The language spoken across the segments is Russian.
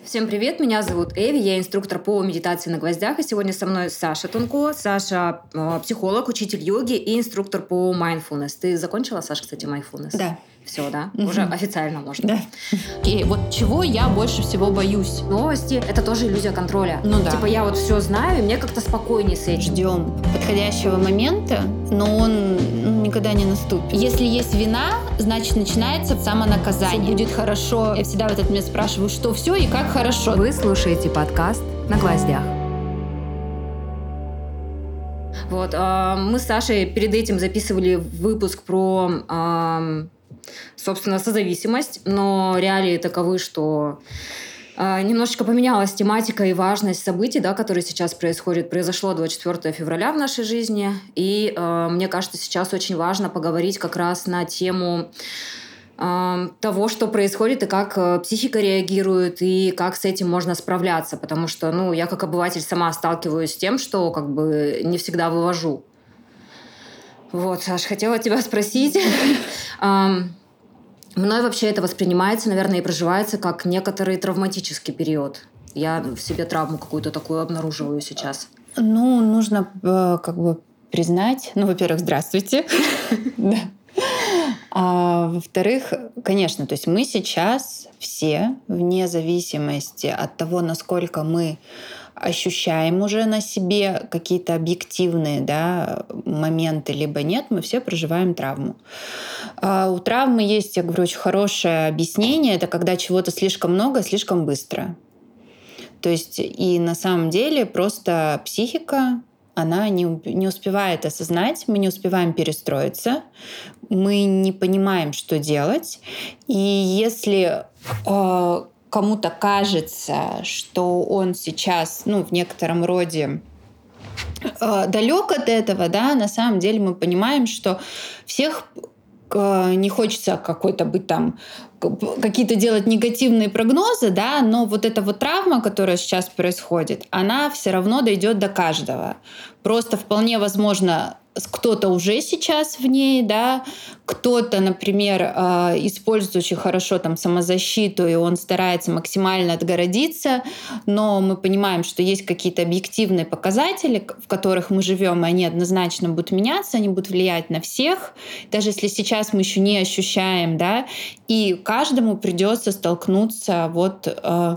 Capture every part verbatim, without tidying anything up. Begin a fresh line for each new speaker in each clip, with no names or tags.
Всем привет, меня зовут Эви, я инструктор по медитации на гвоздях, и сегодня со мной Саша Тунко. Саша э, психолог, учитель йоги и инструктор по mindfulness. Ты закончила, Саша, кстати, mindfulness?
Да.
Все, да?
Угу.
Уже официально можно.
Да. И вот чего я больше всего боюсь?
Новости — это тоже иллюзия контроля.
Ну да.
Типа я вот все знаю, и мне как-то спокойнее с этим.
Ждем подходящего момента, но он никогда не наступит. Если есть вина, значит начинается самонаказание. Все будет хорошо. Я всегда в этот момент спрашиваю, что все и как хорошо.
Вы слушаете подкаст «На гвоздях». Вот, э, мы с Сашей перед этим записывали выпуск про, э, собственно, созависимость, но реалии таковы, что э, немножечко поменялась тематика и важность событий, да, которые сейчас происходят. Произошло двадцать четвёртого февраля в нашей жизни, и э, мне кажется, сейчас очень важно поговорить как раз на тему того, что происходит и как психика реагирует, и как с этим можно справляться. Потому что, ну, я как обыватель сама сталкиваюсь с тем, что как бы не всегда вывожу. Вот, Саш, хотела тебя спросить. Мной вообще это воспринимается, наверное, и проживается как некоторый травматический период. Я в себе травму какую-то такую обнаруживаю сейчас.
Ну, нужно как бы признать... Ну, во-первых, здравствуйте. Да. А, во-вторых, конечно, то есть мы сейчас все, вне зависимости от того, насколько мы ощущаем уже на себе какие-то объективные, да, моменты, либо нет, мы все проживаем травму. А у травмы есть, я говорю, очень хорошее объяснение. Это когда чего-то слишком много, слишком быстро. То есть и на самом деле просто психика, она не, не успевает осознать, мы не успеваем перестроиться, мы не понимаем, что делать. И если э, кому-то кажется, что он сейчас, ну, в некотором роде э, далек от этого, да, на самом деле мы понимаем, что всех э, не хочется какой-то быть там, какие-то делать негативные прогнозы, да, но вот эта вот травма, которая сейчас происходит, она все равно дойдет до каждого. Просто вполне возможно, кто-то уже сейчас в ней, да, кто-то, например, использует очень хорошо там самозащиту, и он старается максимально отгородиться, но мы понимаем, что есть какие-то объективные показатели, в которых мы живем, и они однозначно будут меняться, они будут влиять на всех, даже если сейчас мы еще не ощущаем, да, и каждому придется столкнуться вот э,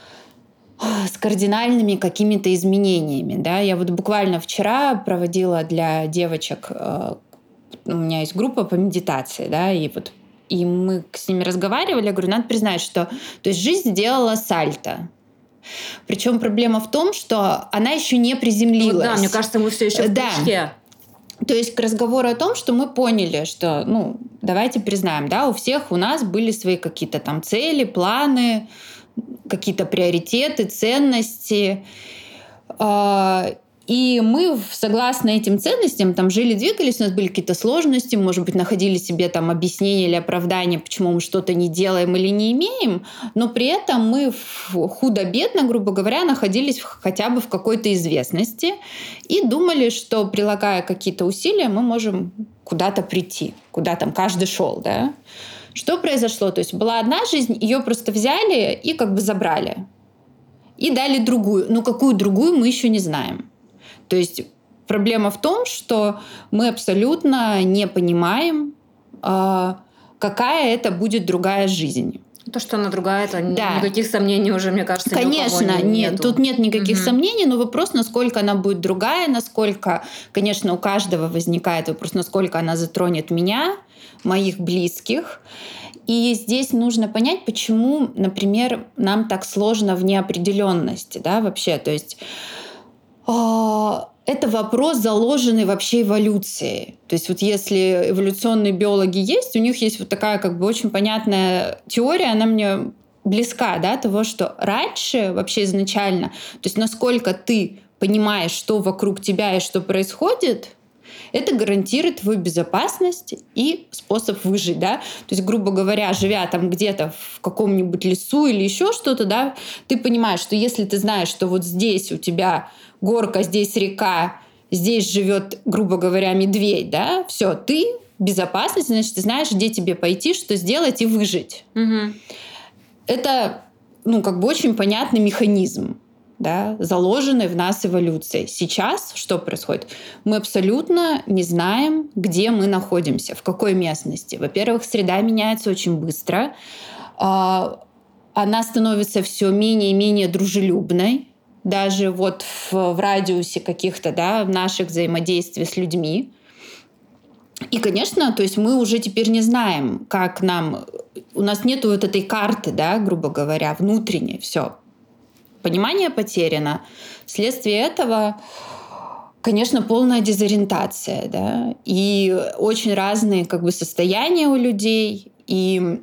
с кардинальными какими-то изменениями. Да? Я вот буквально вчера проводила для девочек, э, у меня есть группа по медитации, да, и вот и мы с ними разговаривали, я говорю, надо признать, что то есть жизнь сделала сальто. Причем проблема в том, что она еще не приземлилась.
Вот да, мне кажется, мы все еще в точке.
То есть к разговору о том, что мы поняли, что, ну, давайте признаем, да, у всех у нас были свои какие-то там цели, планы, какие-то приоритеты, ценности. И мы, согласно этим ценностям, там жили, двигались, у нас были какие-то сложности, может быть, находили себе там объяснение или оправдание, почему мы что-то не делаем или не имеем, но при этом мы худо-бедно, грубо говоря, находились хотя бы в какой-то известности и думали, что, прилагая какие-то усилия, мы можем куда-то прийти, куда там каждый шел, да. Что произошло? То есть была одна жизнь, ее просто взяли и как бы забрали. И дали другую. Но какую другую, мы еще не знаем. То есть проблема в том, что мы абсолютно не понимаем, какая это будет другая жизнь.
То, что она другая, это
да.
Никаких сомнений уже, мне кажется,
конечно,
не,
нет,
нету.
Тут нет никаких
угу.
сомнений, но вопрос, насколько она будет другая, насколько, конечно, у каждого возникает вопрос, насколько она затронет меня, моих близких. И здесь нужно понять, почему, например, нам так сложно в неопределенности, да, вообще. То есть это вопрос, заложенный вообще эволюцией. То есть вот если эволюционные биологи есть, у них есть вот такая как бы очень понятная теория, она мне близка, да, того, что раньше вообще изначально, то есть насколько ты понимаешь, что вокруг тебя и что происходит, это гарантирует твою безопасность и способ выжить, да. То есть, грубо говоря, живя там где-то в каком-нибудь лесу или еще что-то, да, ты понимаешь, что если ты знаешь, что вот здесь у тебя горка, здесь река, здесь живет, грубо говоря, медведь, да, все, ты безопасность, значит, ты знаешь, где тебе пойти, что сделать и выжить.
Угу.
Это ну, как бы очень понятный механизм, да, заложенный в нас эволюцией. Сейчас что происходит? Мы абсолютно не знаем, где мы находимся, в какой местности. Во-первых, среда меняется очень быстро. Она становится все менее и менее дружелюбной. Даже вот в, в радиусе каких-то, да, наших взаимодействий с людьми. И, конечно, то есть мы уже теперь не знаем, как нам... У нас нету вот этой карты, да, грубо говоря, внутренней. Все. Понимание потеряно. Вследствие этого, конечно, полная дезориентация, да, и очень разные как бы состояния у людей, и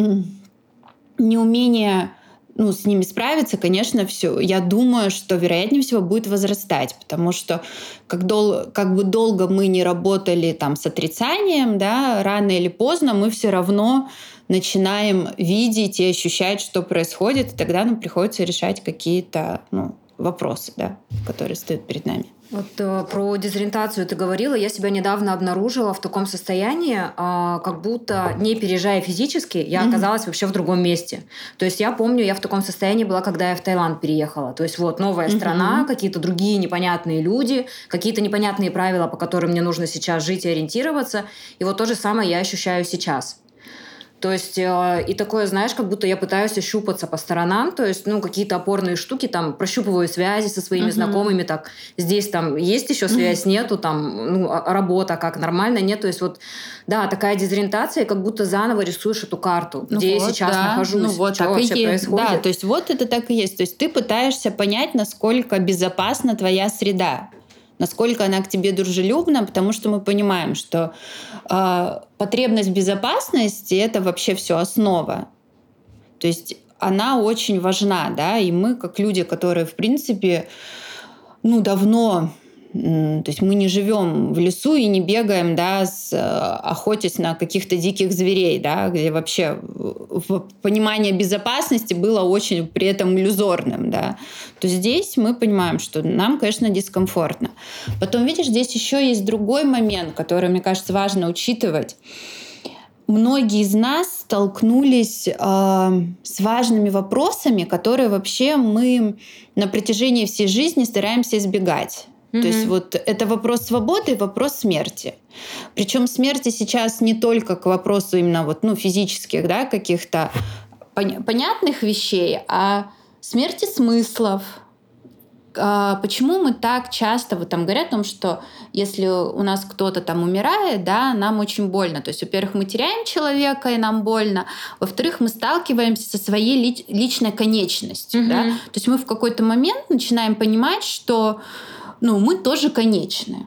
неумение, ну, с ними справиться, конечно, все. Я думаю, что вероятнее всего будет возрастать, потому что как, дол- как бы долго мы не работали там с отрицанием, да, рано или поздно мы все равно начинаем видеть и ощущать, что происходит, и тогда нам приходится решать какие-то, ну, вопросы, да, которые стоят перед нами.
Вот э, про дезориентацию ты говорила. Я себя недавно обнаружила в таком состоянии, э, как будто, не переезжая физически, я оказалась mm-hmm. вообще в другом месте. То есть я помню, я в таком состоянии была, когда я в Таиланд переехала. То есть вот новая mm-hmm. страна, какие-то другие непонятные люди, какие-то непонятные правила, по которым мне нужно сейчас жить и ориентироваться. И вот то же самое я ощущаю сейчас. То есть, э, и такое, знаешь, как будто я пытаюсь ощупаться по сторонам, то есть, ну, какие-то опорные штуки, там, прощупываю связи со своими uh-huh. знакомыми, так, здесь там есть еще связь, uh-huh. нету, там, ну, работа как, нормально, нет, то есть, вот, да, такая дезориентация, как будто заново рисуешь эту карту, ну где вот, я сейчас
да.
нахожусь,
ну вот,
что вообще
и
происходит.
Да, то есть, вот это так и есть, то есть, ты пытаешься понять, насколько безопасна твоя среда, насколько она к тебе дружелюбна, потому что мы понимаем, что э, потребность в безопасности — это вообще все основа. То есть она очень важна, да, и мы, как люди, которые, в принципе, ну, давно... То есть мы не живем в лесу и не бегаем, да, с, охотясь на каких-то диких зверей, да, где вообще понимание безопасности было очень при этом иллюзорным. Да. То здесь мы понимаем, что нам, конечно, дискомфортно. Потом, видишь, здесь еще есть другой момент, который, мне кажется, важно учитывать. Многие из нас столкнулись э, с важными вопросами, которые вообще мы на протяжении всей жизни стараемся избегать. Mm-hmm. То есть вот это вопрос свободы и вопрос смерти. Причем смерти сейчас не только к вопросу именно вот, ну, физических, да, каких-то пон- понятных вещей, а смерти смыслов. А почему мы так часто вот там говорят о том, что если у нас кто-то там умирает, да, нам очень больно. То есть, во-первых, мы теряем человека, и нам больно. Во-вторых, мы сталкиваемся со своей ли- личной конечностью. Mm-hmm. Да? То есть мы в какой-то момент начинаем понимать, что ну, мы тоже конечны.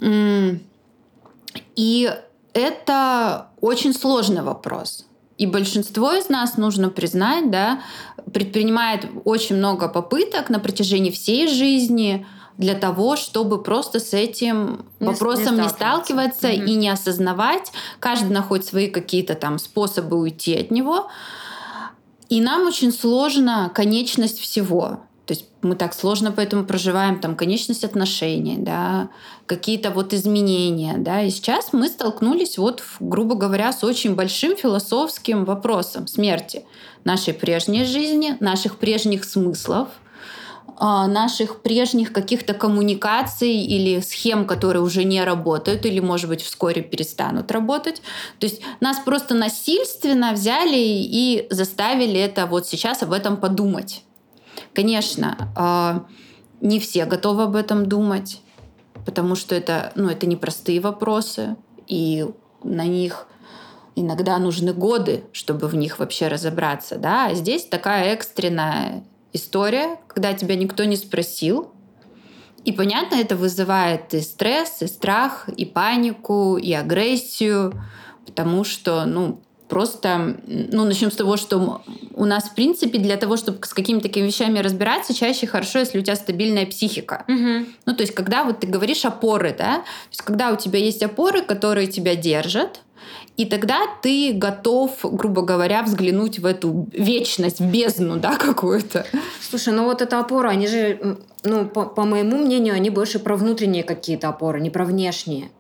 И это очень сложный вопрос. И большинство из нас, нужно признать, да, предпринимает очень много попыток на протяжении всей жизни для того, чтобы просто с этим не, вопросом не, не сталкиваться mm-hmm. и не осознавать. Каждый находит свои какие-то там способы уйти от него. И нам очень сложно конечность всего. То есть мы так сложно поэтому проживаем там конечность отношений, да, какие-то вот изменения. Да. И сейчас мы столкнулись, вот, грубо говоря, с очень большим философским вопросом смерти нашей прежней жизни, наших прежних смыслов, наших прежних каких-то коммуникаций или схем, которые уже не работают или, может быть, вскоре перестанут работать. То есть нас просто насильственно взяли и заставили это вот сейчас об этом подумать. Конечно, не все готовы об этом думать, потому что это, ну, это непростые вопросы, и на них иногда нужны годы, чтобы в них вообще разобраться. Да? А здесь такая экстренная история, когда тебя никто не спросил. И, понятно, это вызывает и стресс, и страх, и панику, и агрессию, потому что, ну, просто, ну, начнем с того, что у нас, в принципе, для того, чтобы с какими-то такими вещами разбираться, чаще хорошо, если у тебя стабильная психика.
Угу.
Ну, то есть, когда вот ты говоришь опоры, да, то есть, когда у тебя есть опоры, которые тебя держат, и тогда ты готов, грубо говоря, взглянуть в эту вечность, в бездну, да, какую-то.
Слушай, ну вот эта опора, они же, ну, по, по моему мнению, они больше про внутренние какие-то опоры, не про внешние.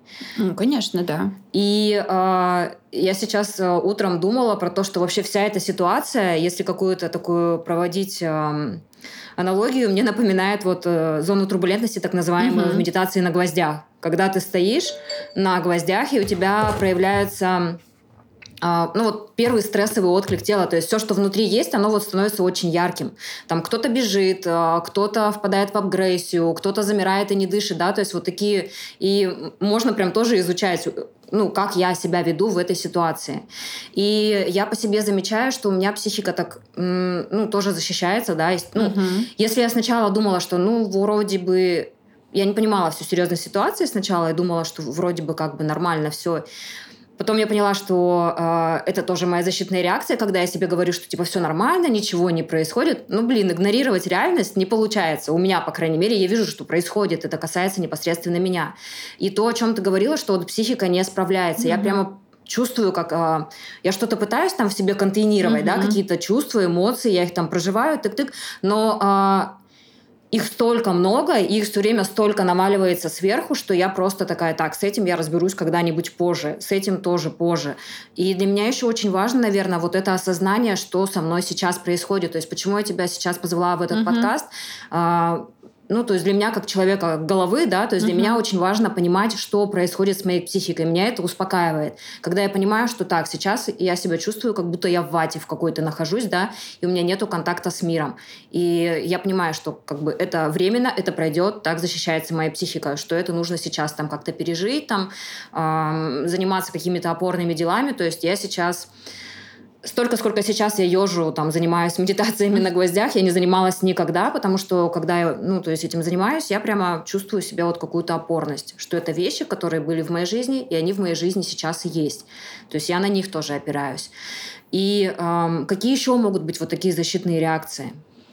Ну, конечно, да.
И э, я сейчас э, утром думала про то, что вообще вся эта ситуация, если какую-то такую проводить э, аналогию, мне напоминает вот э, зону турбулентности, так называемую,
Мгм.
в медитации на гвоздях. Когда ты стоишь на гвоздях, и у тебя проявляется а, ну вот первый стрессовый отклик тела, то есть все, что внутри есть, оно вот становится очень ярким. Там кто-то бежит, а, кто-то впадает в агрессию, кто-то замирает и не дышит, да, то есть вот такие, и можно прям тоже изучать, ну, как я себя веду в этой ситуации. И я по себе замечаю, что у меня психика так, м, ну, тоже защищается, да, есть, ну,
Мгм.
если я сначала думала, что, ну, вроде бы, я не понимала всю серьезность ситуации сначала, я думала, что вроде бы как бы нормально все. Потом я поняла, что э, это тоже моя защитная реакция, когда я себе говорю, что типа все нормально, ничего не происходит. Ну, блин, игнорировать реальность не получается. У меня, по крайней мере, я вижу, что происходит. Это касается непосредственно меня. И то, о чем ты говорила, что вот психика не справляется.
Мгм.
Я прямо чувствую, как э, я что-то пытаюсь там в себе контейнировать, да,
Мгм.
какие-то чувства, эмоции, я их там проживаю, тык-тык, но... Э, их столько много, их все время столько намаливается сверху, что я просто такая, так, с этим я разберусь когда-нибудь позже, с этим тоже позже. И для меня еще очень важно, наверное, вот это осознание, что со мной сейчас происходит. То есть почему я тебя сейчас позвала в этот
Мгм.
подкаст. А, ну, то есть для меня, как человека головы, да, то есть для
Мгм.
меня очень важно понимать, что происходит с моей психикой. Меня это успокаивает. Когда я понимаю, что так, сейчас я себя чувствую, как будто я в вате в какой-то нахожусь, да, и у меня нету контакта с миром. И я понимаю, что как бы это временно, это пройдет, так защищается моя психика, что это нужно сейчас там как-то пережить, там, эм, заниматься какими-то опорными делами. То есть я сейчас... Столько, сколько сейчас я езжу, там, занимаюсь медитациями на гвоздях, я не занималась никогда, потому что, когда я, ну, то есть этим занимаюсь, я прямо чувствую себя вот какую-то опорность, что это вещи, которые были в моей жизни, и они в моей жизни сейчас и есть. То есть я на них тоже опираюсь. И эм, какие еще могут быть вот такие защитные реакции?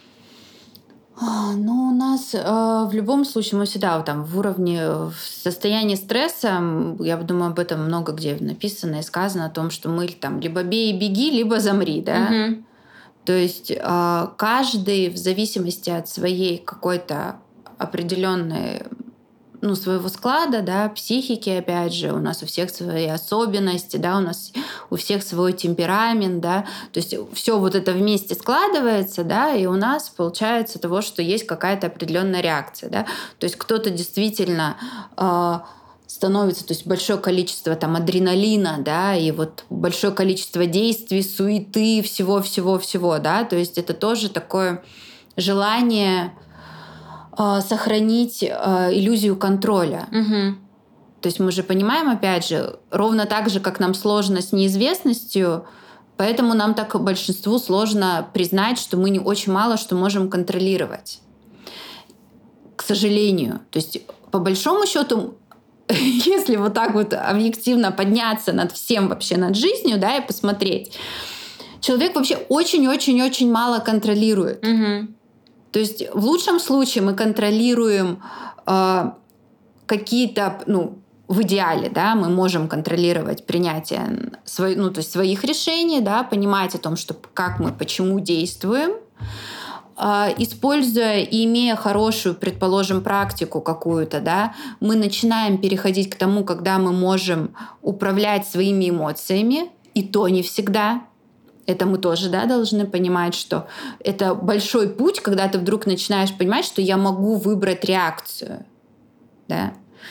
А, Ну, у нас э, в любом случае мы всегда вот там в уровне, э, в состоянии стресса, м, я думаю, об этом много где написано и сказано о том, что мы там либо бей и беги, либо замри, да.
Мгм.
То есть э, каждый в зависимости от своей какой-то определенной, ну, своего склада, да, психики, опять же, у нас у всех свои особенности, да, у нас у всех свой темперамент, да, то есть все вот это вместе складывается, да, и у нас получается того, что есть какая-то определенная реакция, да, то есть кто-то действительно э, становится, то есть большое количество там адреналина, да, и вот большое количество действий, суеты, всего-всего-всего, да, то есть это тоже такое желание э, сохранить э, иллюзию контроля.
Мгм.
То есть мы же понимаем, опять же, ровно так же, как нам сложно с неизвестностью, поэтому нам так большинству сложно признать, что мы не очень мало что можем контролировать. К сожалению. То есть по большому счету, если вот так вот объективно подняться над всем вообще, над жизнью, да, и посмотреть, человек вообще очень-очень-очень мало контролирует.
Мгм.
То есть в лучшем случае мы контролируем э, какие-то, ну, в идеале, да, мы можем контролировать принятие свои, ну, то есть своих решений, да, понимать о том, что, как мы, почему действуем, э, используя и имея хорошую, предположим, практику какую-то, да, мы начинаем переходить к тому, когда мы можем управлять своими эмоциями, и то не всегда. Это мы тоже, да, должны понимать, что это большой путь, когда ты вдруг начинаешь понимать, что я могу выбрать реакцию, да.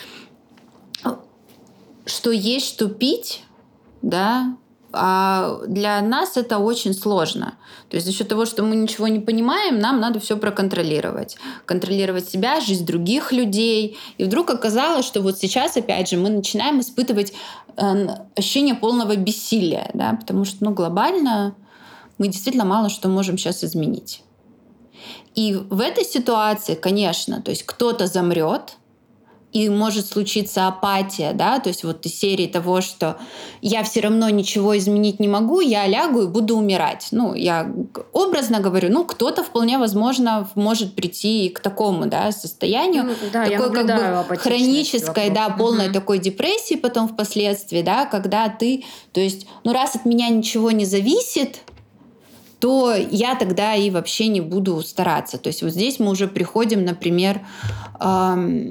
Что есть, что пить, да, а для нас это очень сложно. То есть за счет того, что мы ничего не понимаем, нам надо все проконтролировать. Контролировать себя, жизнь других людей. И вдруг оказалось, что вот сейчас, опять же, мы начинаем испытывать э, ощущение полного бессилия, да, потому что, ну, глобально мы действительно мало что можем сейчас изменить. И в этой ситуации, конечно, то есть кто-то замрет, и может случиться апатия, да, то есть вот из серии того, что я все равно ничего изменить не могу, я лягу и буду умирать. Ну, я образно говорю, ну, кто-то вполне возможно может прийти к такому, да, состоянию,
Ну, да, я
такой как
наблюдаю
бы
апатичность
хронической,
вокруг.
да, полной
Мгм.
такой депрессии потом впоследствии, да, когда ты, то есть, ну, раз от меня ничего не зависит, то я тогда и вообще не буду стараться. То есть вот здесь мы уже приходим, например, эм, к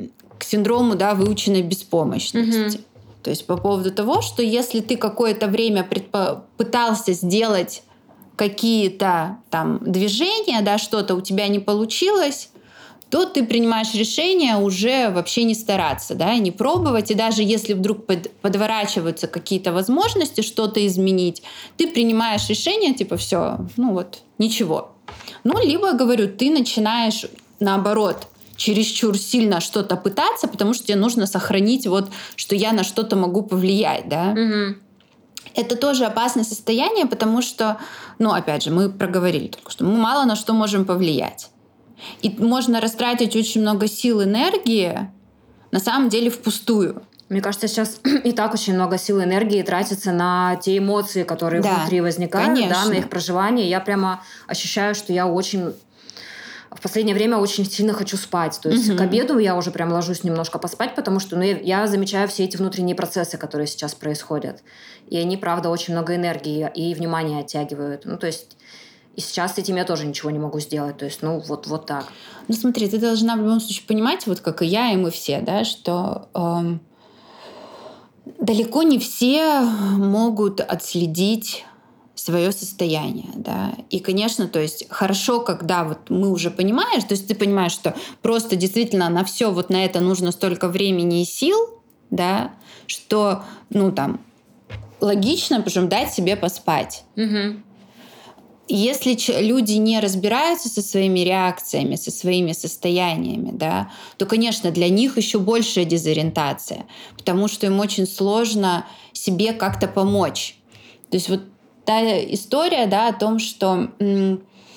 к синдрому, да, выученной беспомощности. Угу. То есть по поводу того, что если ты какое-то время предпо- пытался сделать какие-то там движения, да, что-то у тебя не получилось, то ты принимаешь решение уже вообще не стараться, да, не пробовать. И даже если вдруг под, подворачиваются какие-то возможности что-то изменить, ты принимаешь решение, типа, все, ну вот, ничего. Ну, либо, говорю, ты начинаешь, наоборот, чересчур сильно что-то пытаться, потому что тебе нужно сохранить вот, что я на что-то могу повлиять, да.
Угу.
Это тоже опасное состояние, потому что, ну, опять же, мы проговорили только что, мы мало на что можем повлиять. И можно растратить очень много сил, энергии, на самом деле, впустую.
Мне кажется, сейчас и так очень много сил и энергии тратится на те эмоции, которые да, внутри возникают, да, на их проживание. Я прямо ощущаю, что я очень... В последнее время очень сильно хочу спать. То есть угу. к обеду я уже прям ложусь немножко поспать, потому что ну, я, я замечаю все эти внутренние процессы, которые сейчас происходят. И они, правда, очень много энергии и внимания оттягивают. Ну, то есть... И сейчас с этим я тоже ничего не могу сделать. То есть, ну, вот, вот так.
Ну, смотри, ты должна в любом случае понимать, вот как и я, и мы все, да, что эм, далеко не все могут отследить свое состояние, да. И, конечно, то есть хорошо, когда вот мы уже понимаешь, то есть ты понимаешь, что просто действительно на все вот на это нужно столько времени и сил, да, что, ну, там, логично, причем дать себе поспать.
Угу.
Если люди не разбираются со своими реакциями, со своими состояниями, да, то, конечно, для них еще большая дезориентация, потому что им очень сложно себе как-то помочь. То есть вот та история, да, о том, что м-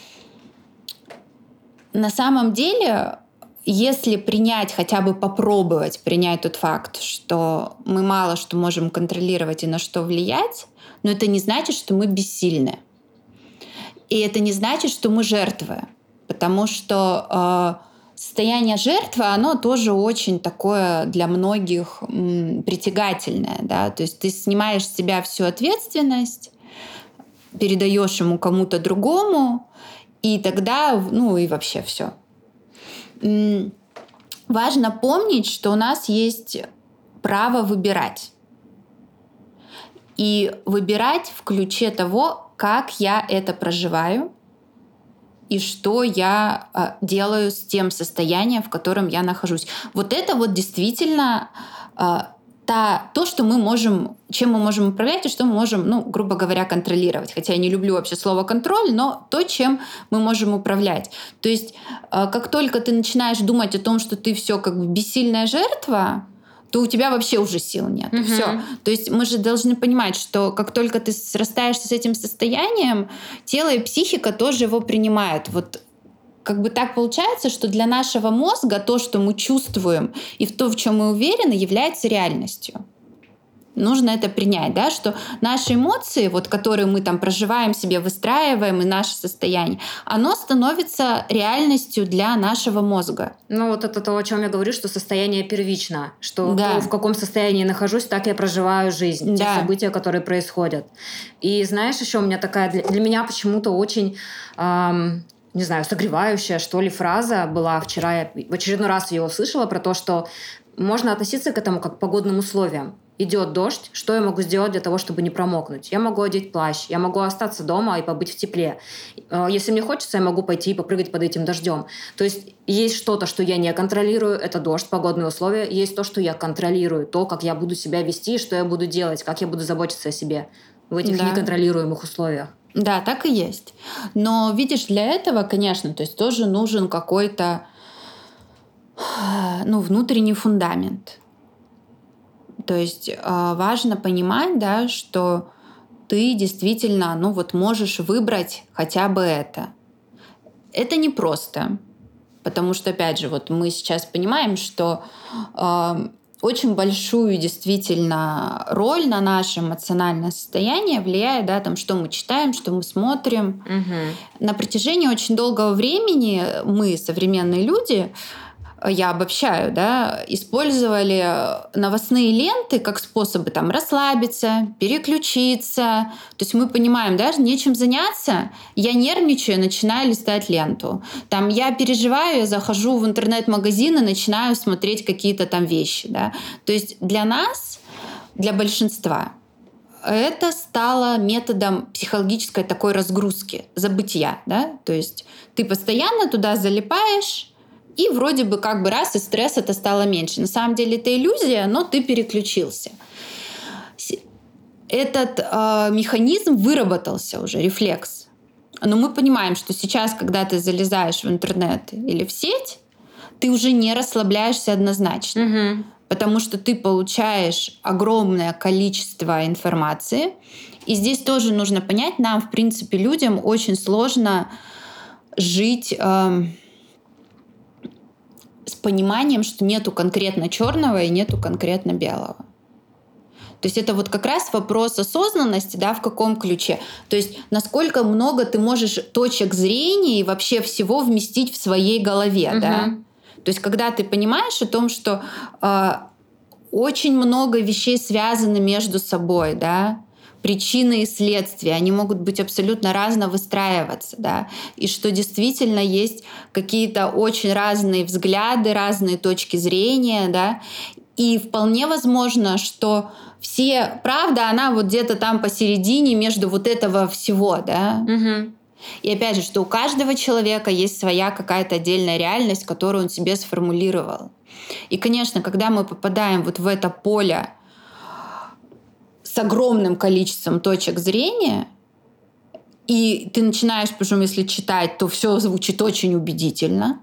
на самом деле, если принять, хотя бы попробовать принять тот факт, что мы мало что можем контролировать и на что влиять, но это не значит, что мы бессильны. И это не значит, что мы жертвы, потому что э, состояние жертвы, оно тоже очень такое для многих м, притягательное. Да? То есть ты снимаешь с себя всю ответственность, передаешь ему кому-то другому, и тогда, ну и вообще все. М- важно помнить, что у нас есть право выбирать. И выбирать в ключе того, как я это проживаю и что я э, делаю с тем состоянием, в котором я нахожусь. Вот это вот действительно э, та, то, что мы можем, чем мы можем управлять и что мы можем, ну, грубо говоря, контролировать. Хотя я не люблю вообще слово «контроль», но то, чем мы можем управлять. То есть э, как только ты начинаешь думать о том, что ты все как бы бессильная жертва, то у тебя вообще уже сил нет. Uh-huh. Все. То есть мы же должны понимать, что как только ты срастаешься с этим состоянием, тело и психика тоже его принимают. Вот как бы так получается, что для нашего мозга то, что мы чувствуем, и в то, в чем мы уверены, является реальностью. Нужно это принять, да, что наши эмоции, вот, которые мы там проживаем себе, выстраиваем, и наше состояние, оно становится реальностью для нашего мозга.
Ну вот это то, о чем я говорю, что состояние первично, что да. то, в каком состоянии нахожусь, так я проживаю жизнь, да. те события, которые происходят. И знаешь, еще у меня такая, для, для меня почему-то очень... Эм, не знаю, согревающая, что ли, фраза была вчера. Я в очередной раз ее услышала про то, что можно относиться к этому как к погодным условиям. Идет дождь, что я могу сделать для того, чтобы не промокнуть? Я могу одеть плащ, я могу остаться дома и побыть в тепле. Если мне хочется, я могу пойти и попрыгать под этим дождем. То есть есть что-то, что я не контролирую, это дождь, погодные условия. Есть то, что я контролирую, то, как я буду себя вести, что я буду делать, как я буду заботиться о себе в этих да. неконтролируемых условиях.
Да, так и есть. Но, видишь, для этого, конечно, то есть тоже нужен какой-то ну, внутренний фундамент. То есть важно понимать, да, что ты действительно, ну вот можешь выбрать хотя бы это. Это непросто, потому что, опять же, вот мы сейчас понимаем, что э, очень большую действительно роль на наше эмоциональное состояние влияет, да, там, что мы читаем, что мы смотрим.
Угу.
На протяжении очень долгого времени мы, современные люди, я обобщаю, да, использовали новостные ленты как способы там расслабиться, переключиться. То есть мы понимаем, да, нечем заняться, я нервничаю, начинаю листать ленту. Там я переживаю, я захожу в интернет-магазин и начинаю смотреть какие-то там вещи, да. То есть для нас, для большинства, это стало методом психологической такой разгрузки, забытия, да. То есть ты постоянно туда залипаешь, и вроде бы как бы раз, и стресс это стало меньше. На самом деле это иллюзия, но ты переключился. Этот э, механизм выработался уже, рефлекс. Но мы понимаем, что сейчас, когда ты залезаешь в интернет или в сеть, ты уже не расслабляешься однозначно.
Угу.
Потому что ты получаешь огромное количество информации. И здесь тоже нужно понять, нам, в принципе, людям очень сложно жить... Э, с пониманием, что нету конкретно черного и нету конкретно белого. То есть это вот как раз вопрос осознанности, да, в каком ключе. То есть насколько много ты можешь точек зрения и вообще всего вместить в своей голове, uh-huh. да. То есть когда ты понимаешь о том, что э, очень много вещей связаны между собой, да, причины и следствия, они могут быть абсолютно разно выстраиваться, да, и что действительно есть какие-то очень разные взгляды, разные точки зрения, да, и вполне возможно, что все правда, она вот где-то там посередине между вот этого всего, да.
Угу.
И опять же, что у каждого человека есть своя какая-то отдельная реальность, которую он себе сформулировал. И, конечно, когда мы попадаем вот в это поле с огромным количеством точек зрения, и ты начинаешь, причем если читать, то все звучит очень убедительно,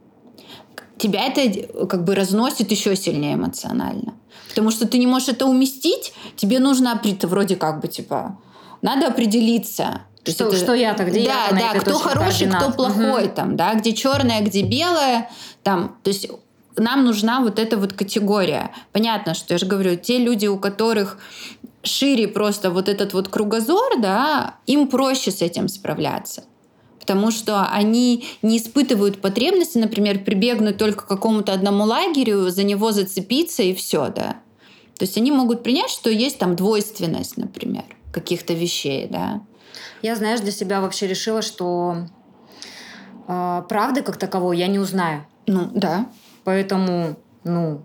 тебя это как бы разносит еще сильнее эмоционально. Потому что ты не можешь это уместить, тебе нужно вроде как бы типа надо определиться.
Что, это, что я-то, где
да,
я-то на
да,
этой
кто хороший,
координат.
кто плохой,
угу.
там, да, где черное, где белое, там, то есть нам нужна вот эта вот категория. Понятно, что я же говорю, те люди, у которых шире просто вот этот вот кругозор, да, им проще с этим справляться. Потому что они не испытывают потребности, например, прибегнуть только к какому-то одному лагерю, за него зацепиться и все, да. То есть они могут принять, что есть там двойственность, например, каких-то вещей, да.
Я, знаешь, для себя вообще решила, что э, правды как таковой я не узнаю.
Ну, да.
Поэтому, ну...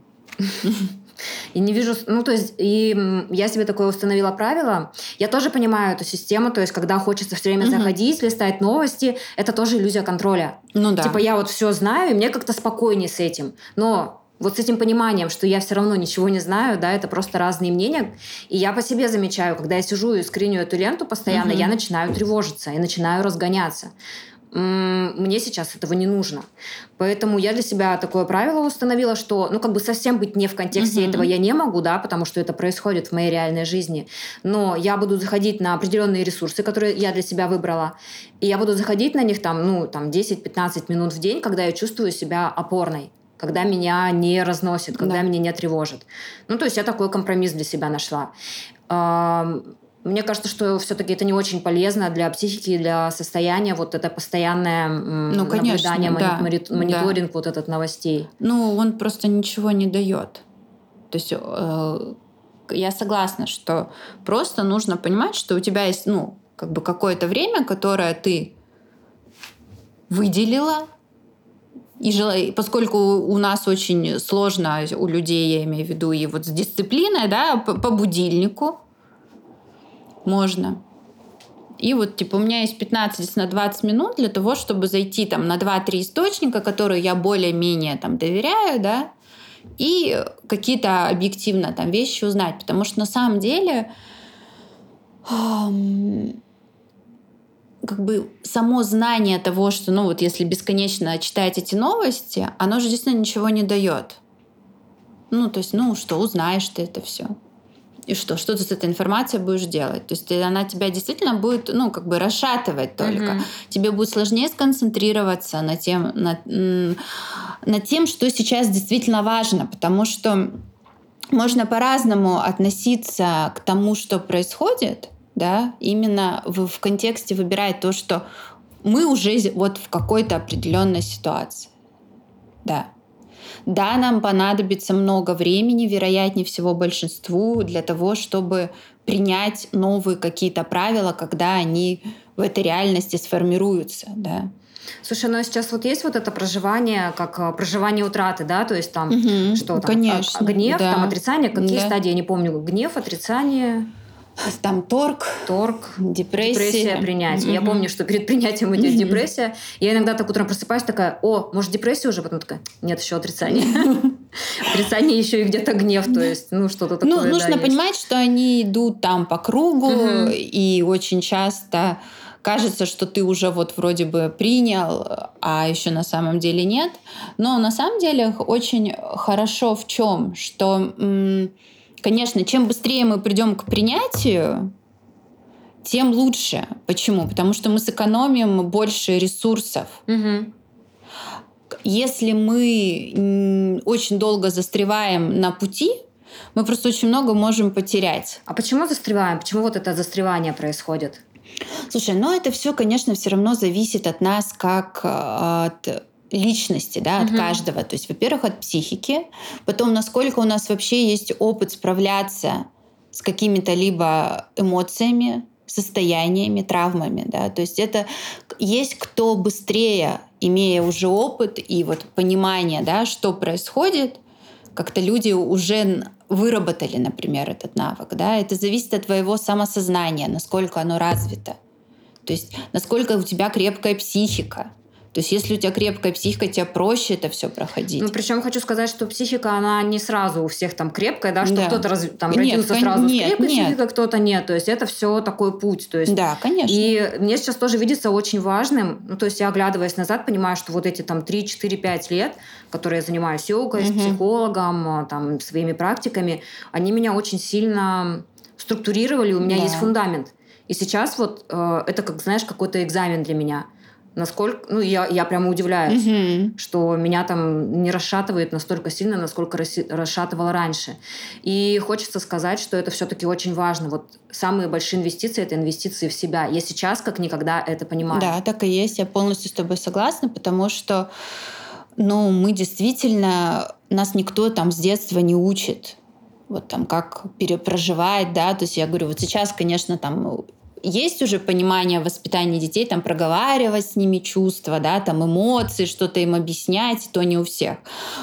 И не вижу... Ну, то есть, и я себе такое установила правило. Я тоже понимаю эту систему, то есть, когда хочется все время заходить, листать новости, это тоже иллюзия контроля.
Ну, да.
Типа, я вот все знаю, и мне как-то спокойнее с этим. Но вот с этим пониманием, что я все равно ничего не знаю, да, это просто разные мнения. И я по себе замечаю, когда я сижу и скриню эту ленту постоянно, uh-huh. я начинаю тревожиться и начинаю разгоняться. Мне сейчас этого не нужно. Поэтому я для себя такое правило установила, что, ну, как бы совсем быть не в контексте uh-huh. этого я не могу, да, потому что это происходит в моей реальной жизни. Но я буду заходить на определенные ресурсы, которые я для себя выбрала, и я буду заходить на них там, ну, там десять-пятнадцать минут в день, когда я чувствую себя опорной, когда меня не разносит, когда да. меня не тревожит. Ну, то есть я такой компромисс для себя нашла. Мне кажется, что все-таки это не очень полезно для психики, для состояния, вот это постоянное ну, конечно, наблюдание, да, мониторинг да. вот этот новостей.
Ну, он просто ничего не дает. То есть э, я согласна, что просто нужно понимать, что у тебя есть, ну, как бы какое-то время, которое ты выделила, и жел... поскольку у нас очень сложно, у людей, я имею в виду, и вот с дисциплиной, да, по, по будильнику, можно. И вот, типа, у меня есть пятнадцать на двадцать минут для того, чтобы зайти там на два-три источника, которые я более-менее там доверяю, да, и какие-то объективно там вещи узнать. Потому что на самом деле эм, как бы само знание того, что, ну, вот если бесконечно читать эти новости, оно же действительно ничего не дает. Ну, то есть, ну, что, узнаешь ты это все. И что? Что ты с этой информацией будешь делать? То есть она тебя действительно будет, ну, как бы расшатывать только. Mm-hmm. Тебе будет сложнее сконцентрироваться на тем, на, на тем, что сейчас действительно важно, потому что можно по-разному относиться к тому, что происходит, да, именно в, в контексте выбирать то, что мы уже вот в какой-то определенной ситуации. Да. Да, нам понадобится много времени, вероятнее всего большинству, для того, чтобы принять новые какие-то правила, когда они в этой реальности сформируются, да.
Слушай, ну а сейчас вот есть вот это проживание, как а, проживание утраты, да, то есть там
Угу,
что там, а- а
конечно,
гнев, там
да.
отрицание, какие
Да.
стадии, я не помню, гнев, отрицание,
Там торг,
торг, депрессия,
депрессия.
принятие. Я
Мгм.
помню, что перед принятием идет депрессия. Я иногда так утром просыпаюсь, такая, о, может депрессия уже? Потом такая, нет, еще отрицание. Отрицание еще и где-то гнев, то есть, ну что-то
Ну,
такое, да,
нужно
есть.
понимать, что они идут там по кругу,
Мгм.
и очень часто кажется, что ты уже вот вроде бы принял, а еще на самом деле нет. Но на самом деле очень хорошо в чем, что, м, конечно, чем быстрее мы придем к принятию, тем лучше. Почему? Потому что мы сэкономим больше ресурсов.
Мгм.
Если мы м, очень долго застреваем на пути, мы просто очень много можем потерять.
А почему застреваем? Почему вот это застревание происходит?
Слушай, ну это все, конечно, все равно зависит от нас как э, от личности, да, от
Мгм.
каждого. То есть, во-первых, от психики, потом, насколько у нас вообще есть опыт справляться с какими-то либо эмоциями, состояниями, травмами, да. То есть это к- есть кто быстрее, имея уже опыт и вот понимание, да, что происходит, как-то люди уже н- выработали, например, этот навык, да. Это зависит от твоего самосознания, насколько оно развито. То есть насколько у тебя крепкая психика. То есть если у тебя крепкая психика, тебе проще это все
Ну,
проходить.
причем хочу сказать, что психика, она не сразу у всех там крепкая, да, что
Да.
кто-то раз- там
Нет,
родился
кон-
сразу с
нет,
крепкой
нет.
психикой, кто-то нет. То есть это все такой путь. То есть
Да, конечно.
и мне сейчас тоже видится очень важным, ну, то есть я, оглядываясь назад, понимаю, что вот эти там три, четыре, пять лет, которые я занимаюсь йогой, с
Мгм.
психологом, а, там, своими практиками, они меня очень сильно структурировали, у меня есть
Да.
фундамент. И сейчас вот э, это, как знаешь, какой-то экзамен для меня. Насколько, ну, я, я прямо удивляюсь,
Мгм.
что меня там не расшатывает настолько сильно, насколько раси- расшатывало раньше. И хочется сказать, что это все-таки очень важно. Вот самые большие инвестиции – это инвестиции в себя. Я сейчас как никогда это понимаю.
Да, так и есть. Я полностью с тобой согласна, потому что, ну, мы действительно, нас никто там с детства не учит. Вот там как перепроживать, да. То есть я говорю, вот сейчас, конечно, там есть уже понимание воспитания детей, там проговаривать с ними чувства, да, там эмоции, что-то им объяснять, и то не у всех.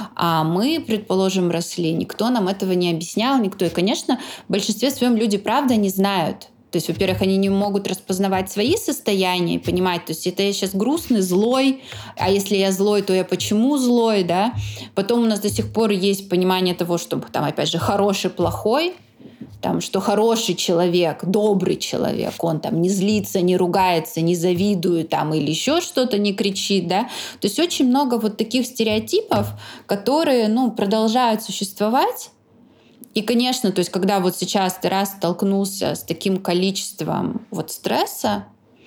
А мы, предположим, росли, никто нам этого не объяснял, никто. И, конечно, в большинстве своем люди правда не знают. То есть, во-первых, они не могут распознавать свои состояния и понимать, то есть это я сейчас грустный, злой, а если я злой, то я почему злой, да? Потом у нас до сих пор есть понимание того, что там, опять же, хороший, плохой, там, что хороший человек, добрый человек, он там не злится, не ругается, не завидует там, или еще что-то не кричит, да. То есть очень много вот таких стереотипов, которые, ну, продолжают существовать. И, конечно, то есть когда вот сейчас ты раз столкнулся с таким количеством вот стресса,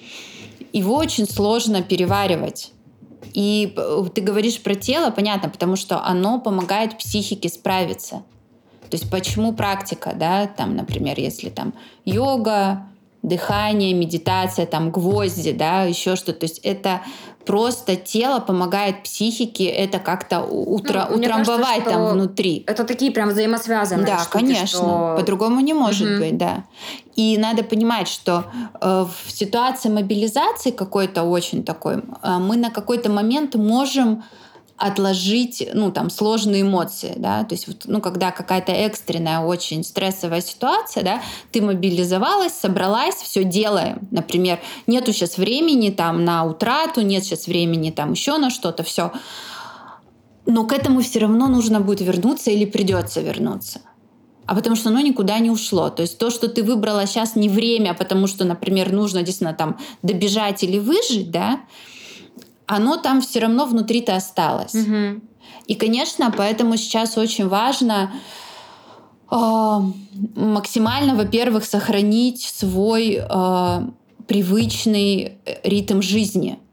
его очень сложно переваривать. И п- ты говоришь про тело, понятно, потому что оно помогает психике справиться. То есть почему практика, да, там, например, если там йога, дыхание, медитация, там гвозди, да, еще что-то. То есть это просто тело помогает психике это как-то утра-
Ну, мне кажется,
утрамбовать
что
там внутри.
это такие прям взаимосвязанные
Да,
штуки,
конечно.
что...
По-другому не может
Мгм.
быть, да. И надо понимать, что э, в ситуации мобилизации какой-то очень такой, э, мы на какой-то момент можем отложить, ну, там, сложные эмоции, да, то есть, вот, ну, когда какая-то экстренная, очень стрессовая ситуация, да, ты мобилизовалась, собралась, все делаем, например, нету сейчас времени там на утрату, нет сейчас времени там еще на что-то, все, но к этому все равно нужно будет вернуться или придется вернуться. А потому что оно никуда не ушло. То есть то, что ты выбрала сейчас не время, потому что, например, нужно действительно там добежать или выжить, да, оно там все равно внутри-то осталось.
Мгм.
И, конечно, поэтому сейчас очень важно э, максимально, во-первых, сохранить свой э, привычный ритм жизни.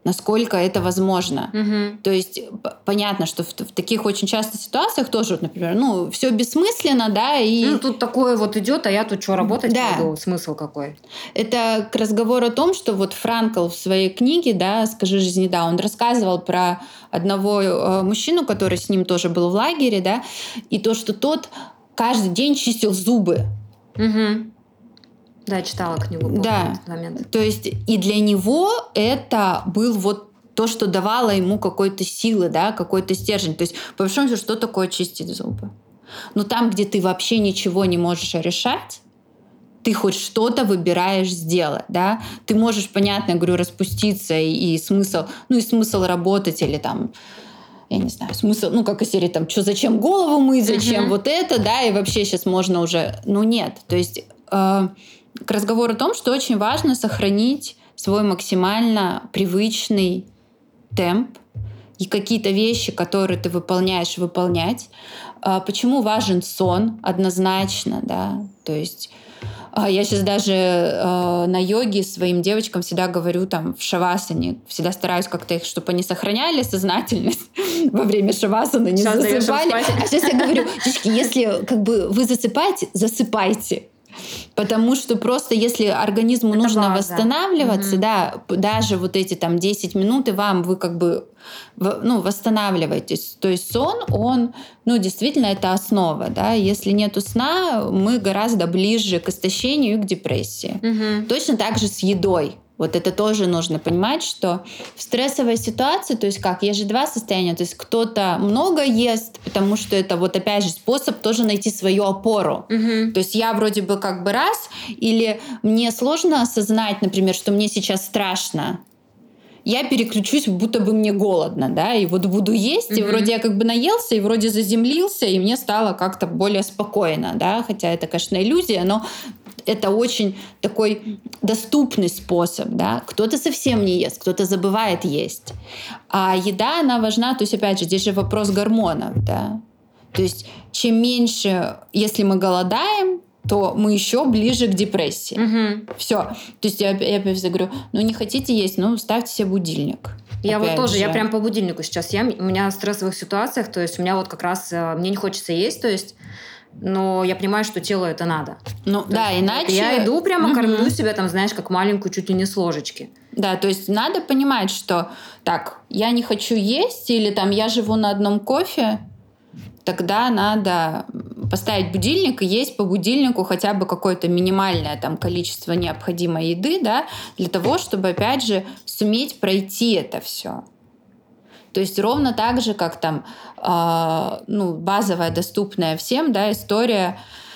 насколько это возможно.
Угу.
То есть понятно, что в, в таких очень часто ситуациях тоже, вот, например, ну, все бессмысленно, да, и...
Ну, тут такое вот идет, а я тут что, работать
да.
буду? Смысл какой?
Это к разговору о том, что вот Франкл в своей книге, да, «Скажи жизни да», он рассказывал про одного э, мужчину, который с ним тоже был в лагере, да, и то, что тот каждый день чистил зубы.
Угу. Да, читала книгу по
да.
этот момент.
То есть и для него это был вот то, что давало ему какой-то силы, да, какой-то стержень. То есть, по большому счету, что такое чистить зубы? Ну, там, где ты вообще ничего не можешь решать, ты хоть что-то выбираешь сделать, да? Ты можешь, понятно, я говорю, распуститься и, и смысл, ну, и смысл работать или там, я не знаю, смысл, ну, как из серии, там, что, зачем голову мыть, зачем uh-huh. вот это, да, и вообще сейчас можно уже... Ну, нет. То есть э, к разговору о том, что очень важно сохранить свой максимально привычный темп и какие-то вещи, которые ты выполняешь, выполнять. Э, почему важен сон? Однозначно, да. То есть э, я сейчас даже э, на йоге своим девочкам всегда говорю, там, в шавасане, всегда стараюсь как-то их, чтобы они сохраняли сознательность во время шавасаны, не сейчас засыпали. А сейчас я говорю, девочки, если как бы вы засыпаете, засыпайте. Потому что просто если организму это нужно база. Восстанавливаться, угу. да, даже вот эти там десять минут, и вам вы как бы ну, восстанавливаетесь. То есть сон, он, ну, действительно, это основа, да. Если нету сна, мы гораздо ближе к истощению и к депрессии. Угу. Точно так же с едой. Вот это тоже нужно понимать, что в стрессовой ситуации, то есть как, есть же два состояния, то есть кто-то много ест, потому что это вот опять же способ тоже найти свою опору. Угу. То есть я вроде бы как бы раз, или мне сложно осознать, например, что мне сейчас страшно, я переключусь, будто бы мне голодно, да, и вот буду есть, угу. и вроде я как бы наелся, и вроде заземлился, и мне стало как-то более спокойно, да, хотя это, конечно, иллюзия, но это очень такой доступный способ, да. Кто-то совсем не ест, кто-то забывает есть. А еда, она важна, то есть, опять же, здесь же вопрос гормонов, да. То есть, чем меньше, если мы голодаем, то мы еще ближе к депрессии. Угу. Все. То есть, я, я опять говорю, ну, не хотите есть, ну, ставьте себе будильник.
Я опять вот тоже, же. я прям по будильнику сейчас ем. У меня в стрессовых ситуациях, то есть, у меня вот как раз, мне не хочется есть, то есть, но я понимаю, что телу это надо.
Ну, да, есть, иначе...
Я иду, прямо угу. кормлю себя, там, знаешь, как маленькую, чуть ли не с ложечки.
Да, то есть надо понимать, что так, я не хочу есть, или там я живу на одном кофе, тогда надо поставить будильник и есть по будильнику хотя бы какое-то минимальное там количество необходимой еды, да, для того, чтобы, опять же, суметь пройти это все. То есть ровно так же, как там э, ну, базовая, доступная всем, да, история.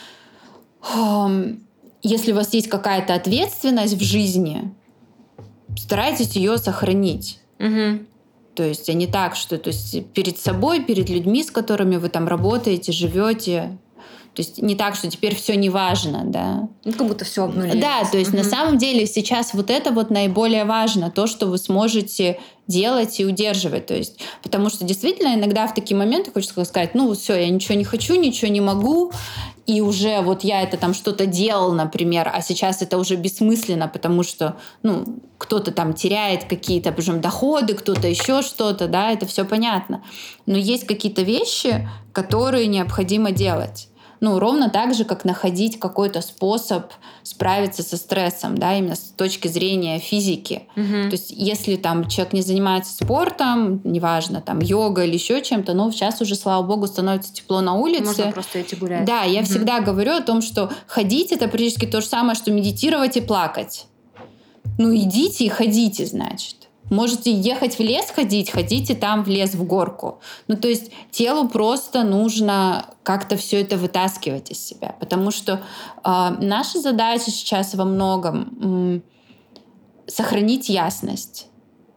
Э, если у вас есть какая-то ответственность в жизни, старайтесь ее сохранить. Угу. То есть, а не так, что то есть, перед собой, перед людьми, с которыми вы там работаете, живете. То есть не так, что теперь все не важно, да.
Ну, как будто все обнулилось.
Да, то есть угу. на самом деле сейчас вот это вот наиболее важно, то, что вы сможете делать и удерживать. То есть, потому что действительно иногда в такие моменты хочется сказать, ну все, я ничего не хочу, ничего не могу, и уже вот я это там что-то делал, например, а сейчас это уже бессмысленно, потому что ну, кто-то там теряет какие-то, причем доходы, кто-то еще что-то, да, это все понятно. Но есть какие-то вещи, которые необходимо делать. Ну, ровно так же, как находить какой-то способ справиться со стрессом, да, именно с точки зрения физики. Угу. То есть, если там человек не занимается спортом, неважно, там, йога или еще чем-то, ну, сейчас уже, слава богу, становится тепло на улице.
Можно просто идти гулять.
Да, я
угу.
всегда говорю о том, что ходить — это практически то же самое, что медитировать и плакать. Ну, идите и ходите, значит. Можете ехать в лес ходить, ходите там в лес, в горку. Ну, то есть телу просто нужно как-то все это вытаскивать из себя. Потому что э, наша задача сейчас во многом э, сохранить ясность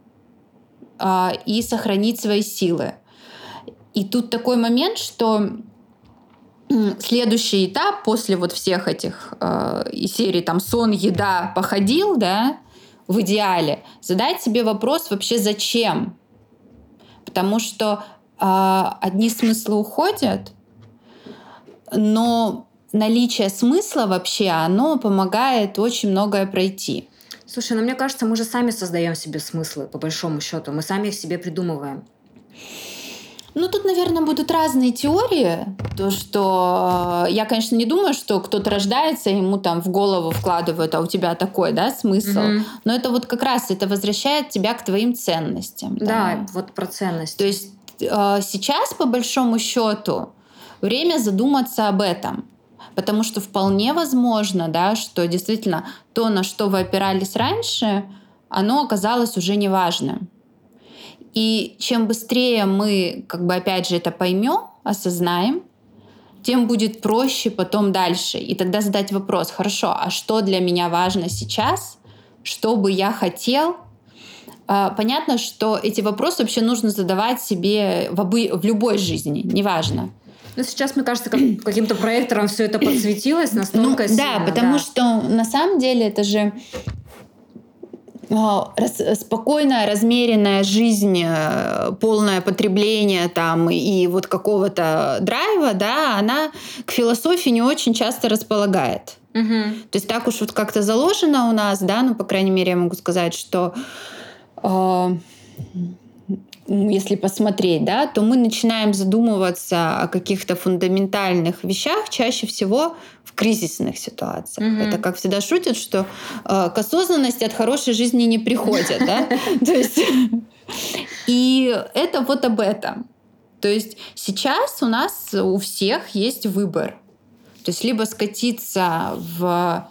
э, и сохранить свои силы. И тут такой момент, что э, следующий этап после вот всех этих э, из серии там сон, еда, походил, да, в идеале, задать себе вопрос вообще зачем. Потому что э, одни смыслы уходят, но наличие смысла вообще, оно помогает очень многое пройти.
Слушай, ну мне кажется, мы же сами создаем себе смыслы, по большому счету. Мы сами их себе придумываем.
Ну, тут, наверное, будут разные теории. То, что я, конечно, не думаю, что кто-то рождается, ему там в голову вкладывают, а у тебя такой, да, смысл. Mm-hmm. Но это вот как раз, это возвращает тебя к твоим ценностям.
Да, да, вот про ценности.
То есть э, сейчас, по большому счету, время задуматься об этом. Потому что вполне возможно, да, что действительно то, на что вы опирались раньше, оно оказалось уже неважным. И чем быстрее мы, как бы, опять же, это поймем, осознаем, тем будет проще потом дальше. И тогда задать вопрос: хорошо, а что для меня важно сейчас? Что бы я хотел? Понятно, что эти вопросы вообще нужно задавать себе в, обы... в любой жизни, неважно.
Ну, сейчас, мне кажется, как, каким-то проектором все это подсветилось настолько ну,
сильно. Да, потому да. что на самом деле это же Рас, спокойная, размеренная жизнь, полное потребление там и вот какого-то драйва, да, она к философии не очень часто располагает.
Угу.
То есть так уж вот как-то заложено у нас, да, ну, по крайней мере, я могу сказать, что э, если посмотреть, да, то мы начинаем задумываться о каких-то фундаментальных вещах чаще всего в кризисных ситуациях. Mm-hmm. Это как всегда шутят, что э, к осознанности от хорошей жизни не приходят, да? То есть и это вот об этом. То есть сейчас у нас у всех есть выбор. То есть либо скатиться в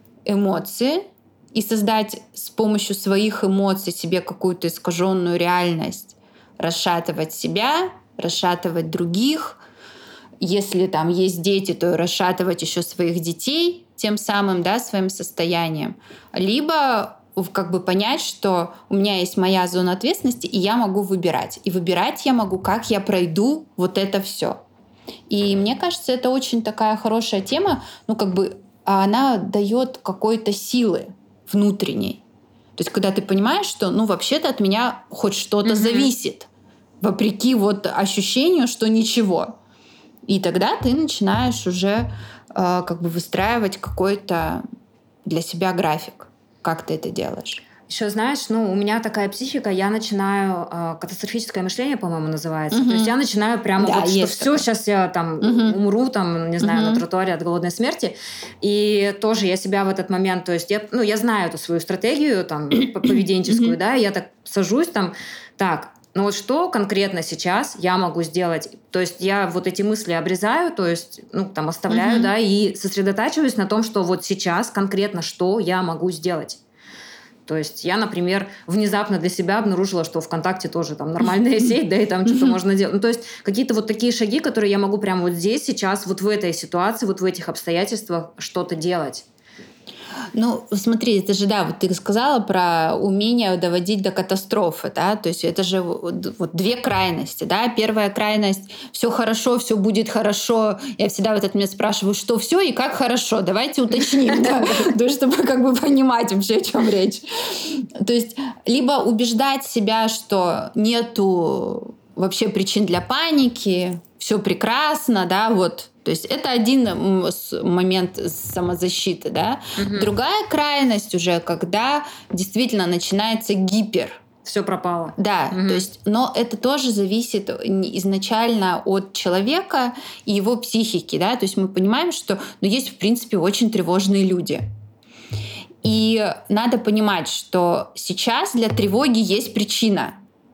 эмоции и создать с помощью своих эмоций себе какую-то искаженную реальность, расшатывать себя, расшатывать других. Если там есть дети, то расшатывать еще своих детей тем самым, да, своим состоянием. Либо как бы понять, что у меня есть моя зона ответственности, и я могу выбирать. И выбирать я могу, как я пройду вот это все. И мне кажется, это очень такая хорошая тема, ну как бы она дает какой-то силы внутренней. То есть когда ты понимаешь, что ну вообще-то от меня хоть что-то mm-hmm. зависит, вопреки вот ощущению, что ничего. И тогда ты начинаешь уже э, как бы выстраивать какой-то для себя график. Как ты это делаешь?
Еще знаешь, ну у меня такая психика, я начинаю э, катастрофическое мышление, по-моему, называется.
Угу.
То есть я начинаю прямо
да,
вот, что все, сейчас я там угу. умру, там, не знаю, угу. на тротуаре от голодной смерти. И тоже я себя в этот момент, то есть я, ну, я знаю эту свою стратегию там поведенческую, да, я так сажусь там, так, ну вот что конкретно сейчас я могу сделать? То есть я вот эти мысли обрезаю, то есть, ну, там, оставляю, uh-huh. да, и сосредотачиваюсь на том, что вот сейчас конкретно что я могу сделать. То есть я, например, внезапно для себя обнаружила, что ВКонтакте тоже там нормальная сеть, да, и там что-то можно делать. Ну, то есть какие-то вот такие шаги, которые я могу прямо вот здесь, сейчас, вот в этой ситуации, вот в этих обстоятельствах что-то делать.
Ну, смотри, это же, да, вот ты сказала про умение доводить до катастрофы, да, то есть это же вот, вот две крайности, да. Первая крайность — все хорошо, все будет хорошо. Я всегда в этот момент спрашиваю, что все и как хорошо. Давайте уточним, да, чтобы как бы понимать вообще, о чем речь. То есть либо убеждать себя, что нету вообще причин для паники, все прекрасно, да, вот. То есть это один момент самозащиты, да.
Угу.
Другая крайность уже, когда действительно начинается гипер.
Все пропало.
Да,
угу.
то есть, но это тоже зависит изначально от человека и его психики, да. То есть мы понимаем, что ну, есть в принципе очень тревожные люди. И надо понимать, что сейчас для тревоги есть причина.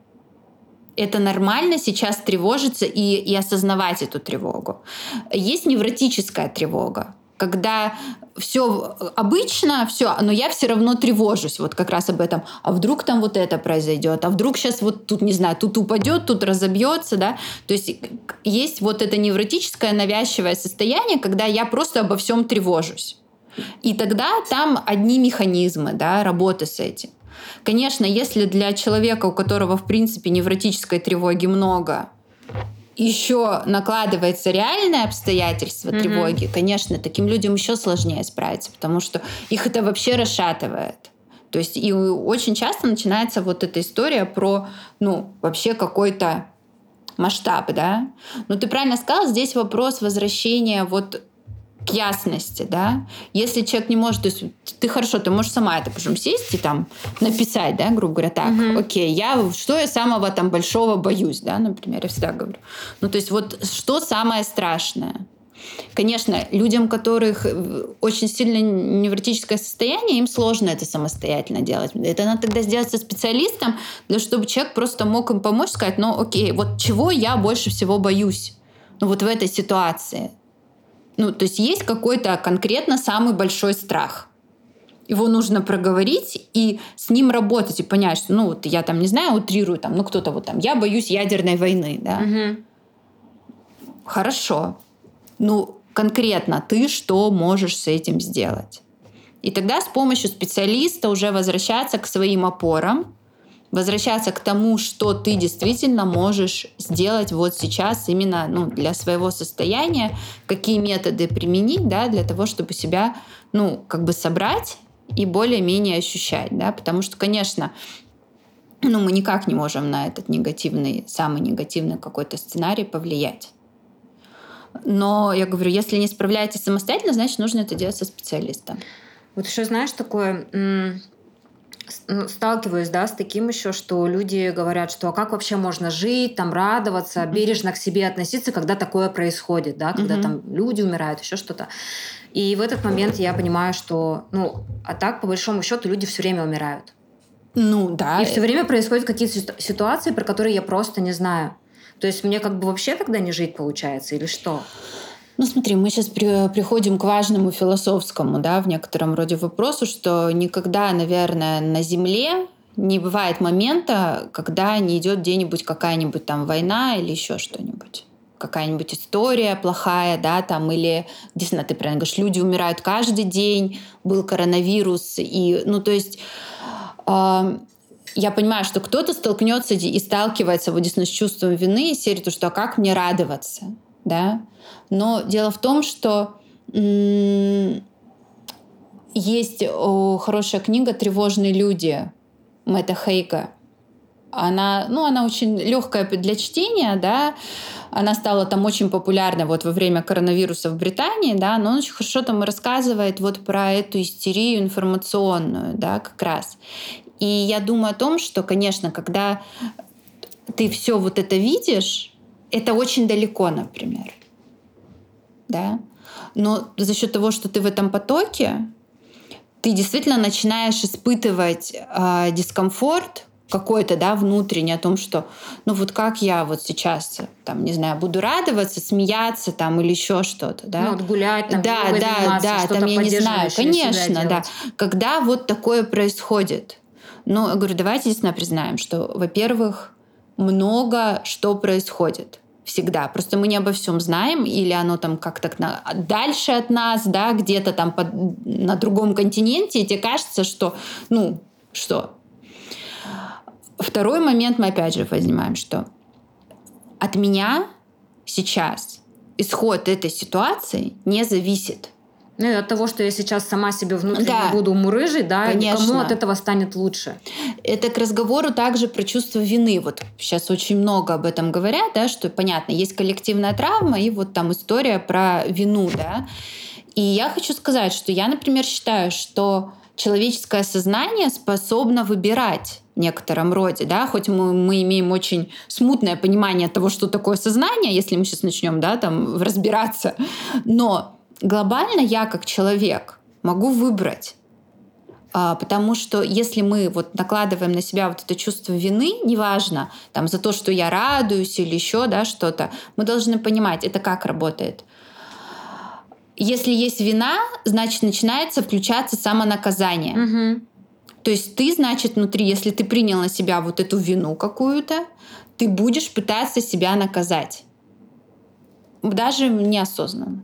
Это нормально сейчас тревожиться и, и осознавать эту тревогу. Есть невротическая тревога, когда все обычно, все, но я все равно тревожусь. Вот как раз об этом. А вдруг там вот это произойдет? А вдруг сейчас вот тут, не знаю, тут упадет, тут разобьется, да? То есть есть вот это невротическое навязчивое состояние, когда я просто обо всем тревожусь. И тогда там одни механизмы, да, работы с этим. Конечно, если для человека, у которого, в принципе, невротической тревоги много, еще накладывается реальное обстоятельство mm-hmm. тревоги, конечно, таким людям еще сложнее справиться, потому что их это вообще расшатывает. То есть и очень часто начинается вот эта история про, ну, вообще какой-то масштаб, да. Но ты правильно сказала, здесь вопрос возвращения вот к ясности, да. Если человек не может, то есть ты хорошо, ты можешь сама это, скажем, сесть и там написать, да, грубо говоря, так, угу. окей, я, что я самого там большого боюсь, да, например, я всегда говорю. Ну, то есть вот что самое страшное? Конечно, людям, у которых очень сильно невротическое состояние, им сложно это самостоятельно делать. Это надо тогда сделать со специалистом, для чтобы человек просто мог им помочь, сказать, ну, окей, вот чего я больше всего боюсь? Ну, вот в этой ситуации. Ну, то есть есть какой-то конкретно самый большой страх. Его нужно проговорить и с ним работать, и понять, что, ну, вот я там, не знаю, утрирую, там, ну, кто-то вот там, я боюсь ядерной войны, да.
Угу.
Хорошо. Ну, конкретно ты что можешь с этим сделать? И тогда с помощью специалиста уже возвращаться к своим опорам, возвращаться к тому, что ты действительно можешь сделать вот сейчас именно ну, для своего состояния, какие методы применить, да, для того, чтобы себя ну, как бы собрать и более-менее ощущать. Да? Потому что, конечно, ну, мы никак не можем на этот негативный, самый негативный какой-то сценарий повлиять. Но, я говорю, если не справляетесь самостоятельно, значит, нужно это делать со специалистом.
Вот еще, знаешь, такое... М- сталкиваюсь, да, с таким еще, что люди говорят, что а как вообще можно жить, там, радоваться, mm-hmm. бережно к себе относиться, когда такое происходит, да, когда mm-hmm. там люди умирают, еще что-то. И в этот момент я понимаю, что, ну, а так, по большому счету, люди все время умирают.
Ну, да.
И все время происходят какие-то ситуации, про которые я просто не знаю. То есть мне как бы вообще тогда не жить получается или что?
Ну, смотри, мы сейчас при, приходим к важному философскому, да, в некотором роде вопросу, что никогда, наверное, на Земле не бывает момента, когда не идет где-нибудь какая-нибудь там война или еще что-нибудь. Какая-нибудь история плохая, да, там, или, действительно, ты правильно говоришь, люди умирают каждый день, был коронавирус, и, ну, то есть... Э, я понимаю, что кто-то столкнется и сталкивается вот действительно с чувством вины и серии, что а как мне радоваться, да? Но дело в том, что м- есть о, хорошая книга «Тревожные люди» Мэтта Хейга. Она, ну, она очень легкая для чтения, да, она стала там очень популярной вот во время коронавируса в Британии, да, но он очень хорошо там рассказывает вот про эту истерию информационную, да, как раз. И я думаю о том, что, конечно, когда ты все вот это видишь, это очень далеко, например, да, но за счет того, что ты в этом потоке, ты действительно начинаешь испытывать э, дискомфорт какой-то, да, внутренний о том, что, ну вот как я вот сейчас, там, не знаю, буду радоваться, смеяться там или еще что-то, да.
Ну, вот гулять, там,
да, да, да, там, я не знаю, конечно, да. Когда вот такое происходит, ну, я говорю, давайте действительно признаем, что, во-первых, много что происходит. Всегда. Просто мы не обо всем знаем, или оно там как-то дальше от нас, да, где-то там под, на другом континенте, и тебе кажется, что, ну, что? Второй момент мы опять же возьмем, что от меня сейчас исход этой ситуации не зависит.
Ну и от того, что я сейчас сама себе внутренне
да,
буду мурыжить, да,
конечно.
Никому от этого станет лучше.
Это к разговору также про чувство вины. Вот сейчас очень много об этом говорят, да, что понятно, есть коллективная травма и вот там история про вину, да. И я хочу сказать, что я, например, считаю, что человеческое сознание способно выбирать в некотором роде, да, хоть мы, мы имеем очень смутное понимание того, что такое сознание, если мы сейчас начнем, да, там разбираться, но глобально я как человек могу выбрать, а, потому что если мы вот накладываем на себя вот это чувство вины, неважно, там, за то, что я радуюсь или еще, да, что-то, мы должны понимать, это как работает. Если есть вина, значит, начинается включаться самонаказание.
Угу.
То есть ты, значит, внутри, если ты принял на себя вот эту вину какую-то, ты будешь пытаться себя наказать. Даже неосознанно.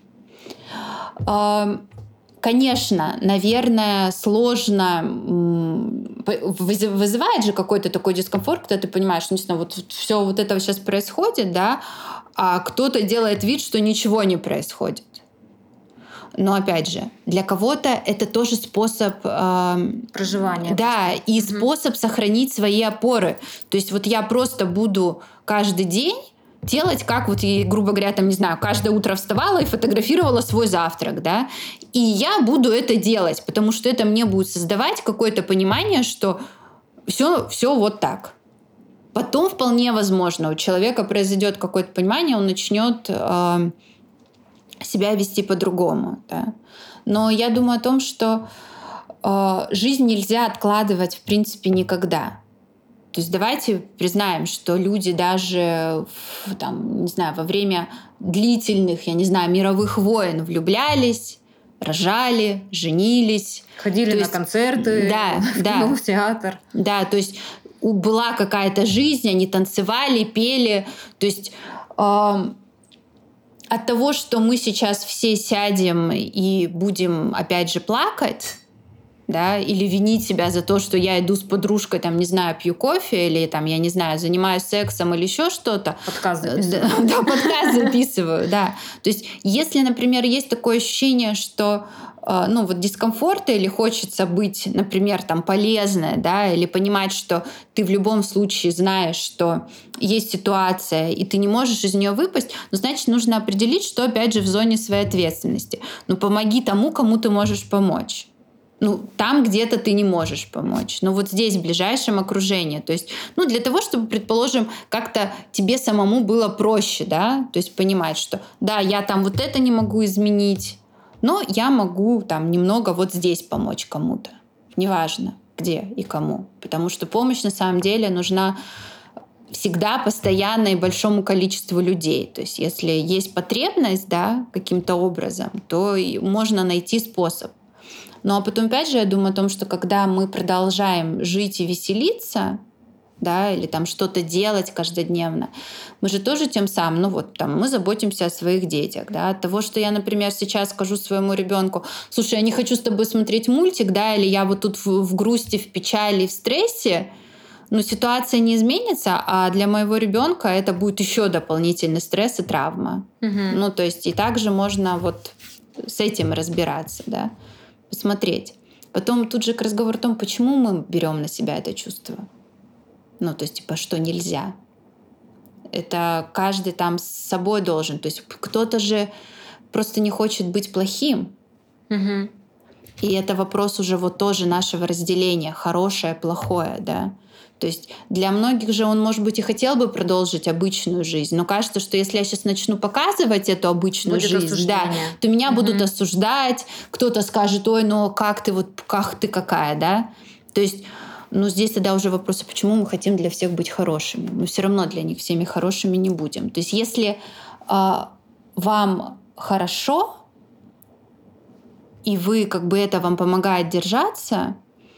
Конечно, наверное, сложно, вызывает же какой-то такой дискомфорт, когда ты понимаешь, что, не знаю, вот все вот это сейчас происходит, да, а кто-то делает вид, что ничего не происходит. Но опять же, для кого-то это тоже способ э,
проживания.
Да, и
угу.
способ сохранить свои опоры. То есть вот я просто буду каждый день делать, как вот, и, грубо говоря, там, не знаю, каждое утро вставала и фотографировала свой завтрак, да, и я буду это делать, потому что это мне будет создавать какое-то понимание, что все, все вот так. Потом вполне возможно у человека произойдет какое-то понимание, он начнет э, себя вести по-другому, да. Но я думаю о том, что э, жизнь нельзя откладывать в принципе никогда. То есть давайте признаем, что люди даже в, там, не знаю, во время длительных, я не знаю, мировых войн влюблялись, рожали, женились.
Ходили на
есть,
концерты,
да,
в
да,
кино, в театр.
Да, то есть была какая-то жизнь, они танцевали, пели. То есть э, от того, что мы сейчас все сядем и будем опять же плакать, да, или винить себя за то, что я иду с подружкой, там, не знаю, пью кофе, или, там, я не знаю, занимаюсь сексом или еще что-то.
Подкаст записываю.
Да, да, подкаст записываю, да. То есть, если, например, есть такое ощущение, что ну, вот дискомфорта или хочется быть, например, там, полезной, да, или понимать, что ты в любом случае знаешь, что есть ситуация, и ты не можешь из нее выпасть, ну, значит, нужно определить, что, опять же, в зоне своей ответственности. Ну, помоги тому, кому ты можешь помочь. Ну, там где-то ты не можешь помочь. Но вот здесь, в ближайшем окружении. То есть, ну, для того, чтобы, предположим, как-то тебе самому было проще, да, то есть понимать, что, да, я там вот это не могу изменить, но я могу там немного вот здесь помочь кому-то. Неважно, где и кому. Потому что помощь на самом деле нужна всегда, постоянно и большому количеству людей. То есть если есть потребность, да, каким-то образом, то можно найти способ. Ну а потом, опять же, я думаю о том, что когда мы продолжаем жить и веселиться, да, или там что-то делать каждодневно, мы же тоже тем самым, ну вот там мы заботимся о своих детях, да, от того, что я, например, сейчас скажу своему ребенку: слушай, я не хочу с тобой смотреть мультик, да, или я вот тут в, в грусти, в печали, в стрессе, но ситуация не изменится, а для моего ребенка это будет еще дополнительный стресс и травма. Угу. Ну то есть и также можно вот с этим разбираться, да, посмотреть. Потом тут же к разговору о том, почему мы берем на себя это чувство. Ну, то есть, типа, что нельзя. Это каждый там с собой должен. То есть кто-то же просто не хочет быть плохим.
Угу.
И это вопрос уже вот тоже нашего разделения. Хорошее, плохое, да. То есть для многих же он, может быть, и хотел бы продолжить обычную жизнь, но кажется, что если я сейчас начну показывать эту обычную
будет
жизнь, да, то меня угу. будут осуждать, кто-то скажет: ой, ну как ты, вот как ты какая, да. То есть но здесь тогда уже вопрос, почему мы хотим для всех быть хорошими. Мы все равно для них всеми хорошими не будем. То есть если э, вам хорошо, и вы, как бы, это вам помогает держаться,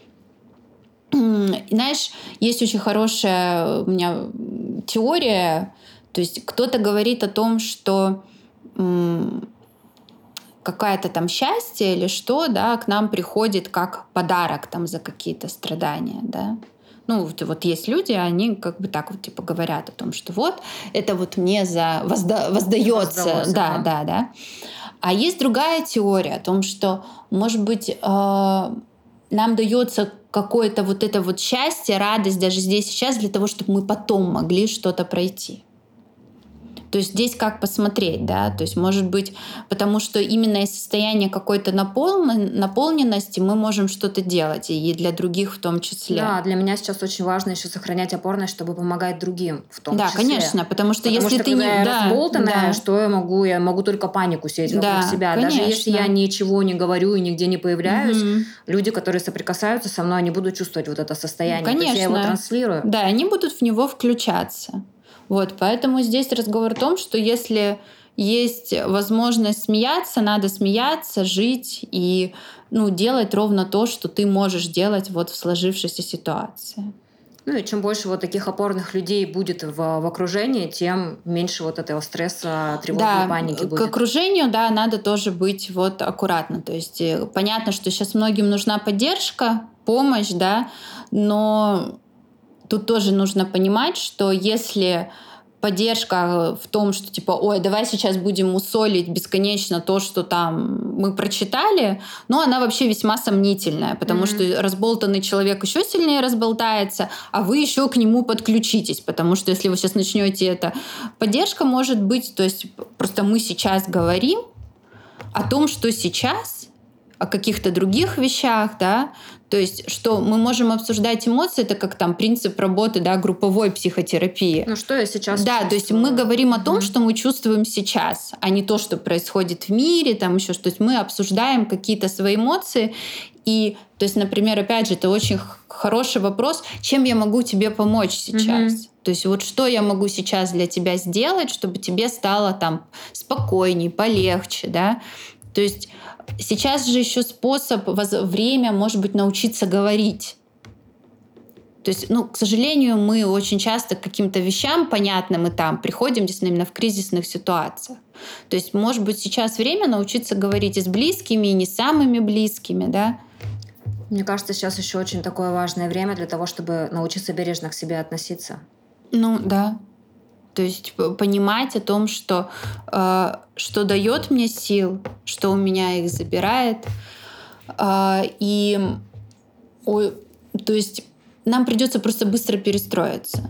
э, знаешь, есть очень хорошая у меня теория. То есть кто-то говорит о том, что э, какое-то там счастье или что, да, к нам приходит как подарок там за какие-то страдания, да. Ну, вот, вот есть люди, они как бы так вот типа говорят о том, что вот это вот мне за возда... воздается, Воздалось, да, ага. да, да. А есть другая теория о том, что, может быть, э, нам дается какое-то вот это вот счастье, радость даже здесь сейчас для того, чтобы мы потом могли что-то пройти. То есть здесь как посмотреть, да, то есть может быть, потому что именно из состояния какой-то наполнен, наполненности мы можем что-то делать, и для других в том числе.
Да, для меня сейчас очень важно еще сохранять опорность, чтобы помогать другим в том
да,
числе.
Да, конечно, потому что
потому
если
что,
ты
когда
не...
я
да,
разболтанная,
да.
что я могу? Я могу только панику сеять вокруг
да,
себя.
конечно.
Даже если я ничего не говорю и нигде не появляюсь,
угу.
люди, которые соприкасаются со мной, они будут чувствовать вот это состояние.
Конечно.
То есть я его транслирую.
Да, они будут в него включаться. Вот, поэтому здесь разговор о том, что если есть возможность смеяться, надо смеяться, жить и ну, делать ровно то, что ты можешь делать вот в сложившейся ситуации.
Ну и чем больше вот таких опорных людей будет в, в окружении, тем меньше вот этого стресса, тревоги
да,
и паники будет.
К окружению, да, надо тоже быть вот аккуратно. То есть понятно, что сейчас многим нужна поддержка, помощь, да, но тут тоже нужно понимать, что если поддержка в том, что типа, ой, давай сейчас будем мусолить бесконечно то, что там мы прочитали, но она вообще весьма сомнительная, потому mm-hmm. что разболтанный человек еще сильнее разболтается, а вы еще к нему подключитесь, потому что если вы сейчас начнете это... Поддержка может быть, то есть просто мы сейчас говорим о том, что сейчас, о каких-то других вещах, да, то есть, что мы можем обсуждать эмоции, это как там принцип работы, да, групповой психотерапии.
Ну, что я сейчас
Да,
чувствую?
то есть мы говорим о том,
угу.
что мы чувствуем сейчас, а не то, что происходит в мире, там еще что-то. То есть мы обсуждаем какие-то свои эмоции. И, то есть, например, опять же, это очень хороший вопрос, чем я могу тебе помочь сейчас? Угу. То есть вот что я могу сейчас для тебя сделать, чтобы тебе стало там спокойней, полегче, да? То есть сейчас же еще способ, время, может быть, научиться говорить. То есть, ну, к сожалению, мы очень часто к каким-то вещам понятным и там приходим действительно именно в кризисных ситуациях. То есть, может быть, сейчас время научиться говорить и с близкими, и не с самыми близкими, да?
Мне кажется, сейчас еще очень такое важное время для того, чтобы научиться бережно к себе относиться.
Ну, да. То есть понимать о том, что, э, что дает мне сил, что у меня их забирает. Э, и ой, то есть нам придется просто быстро перестроиться.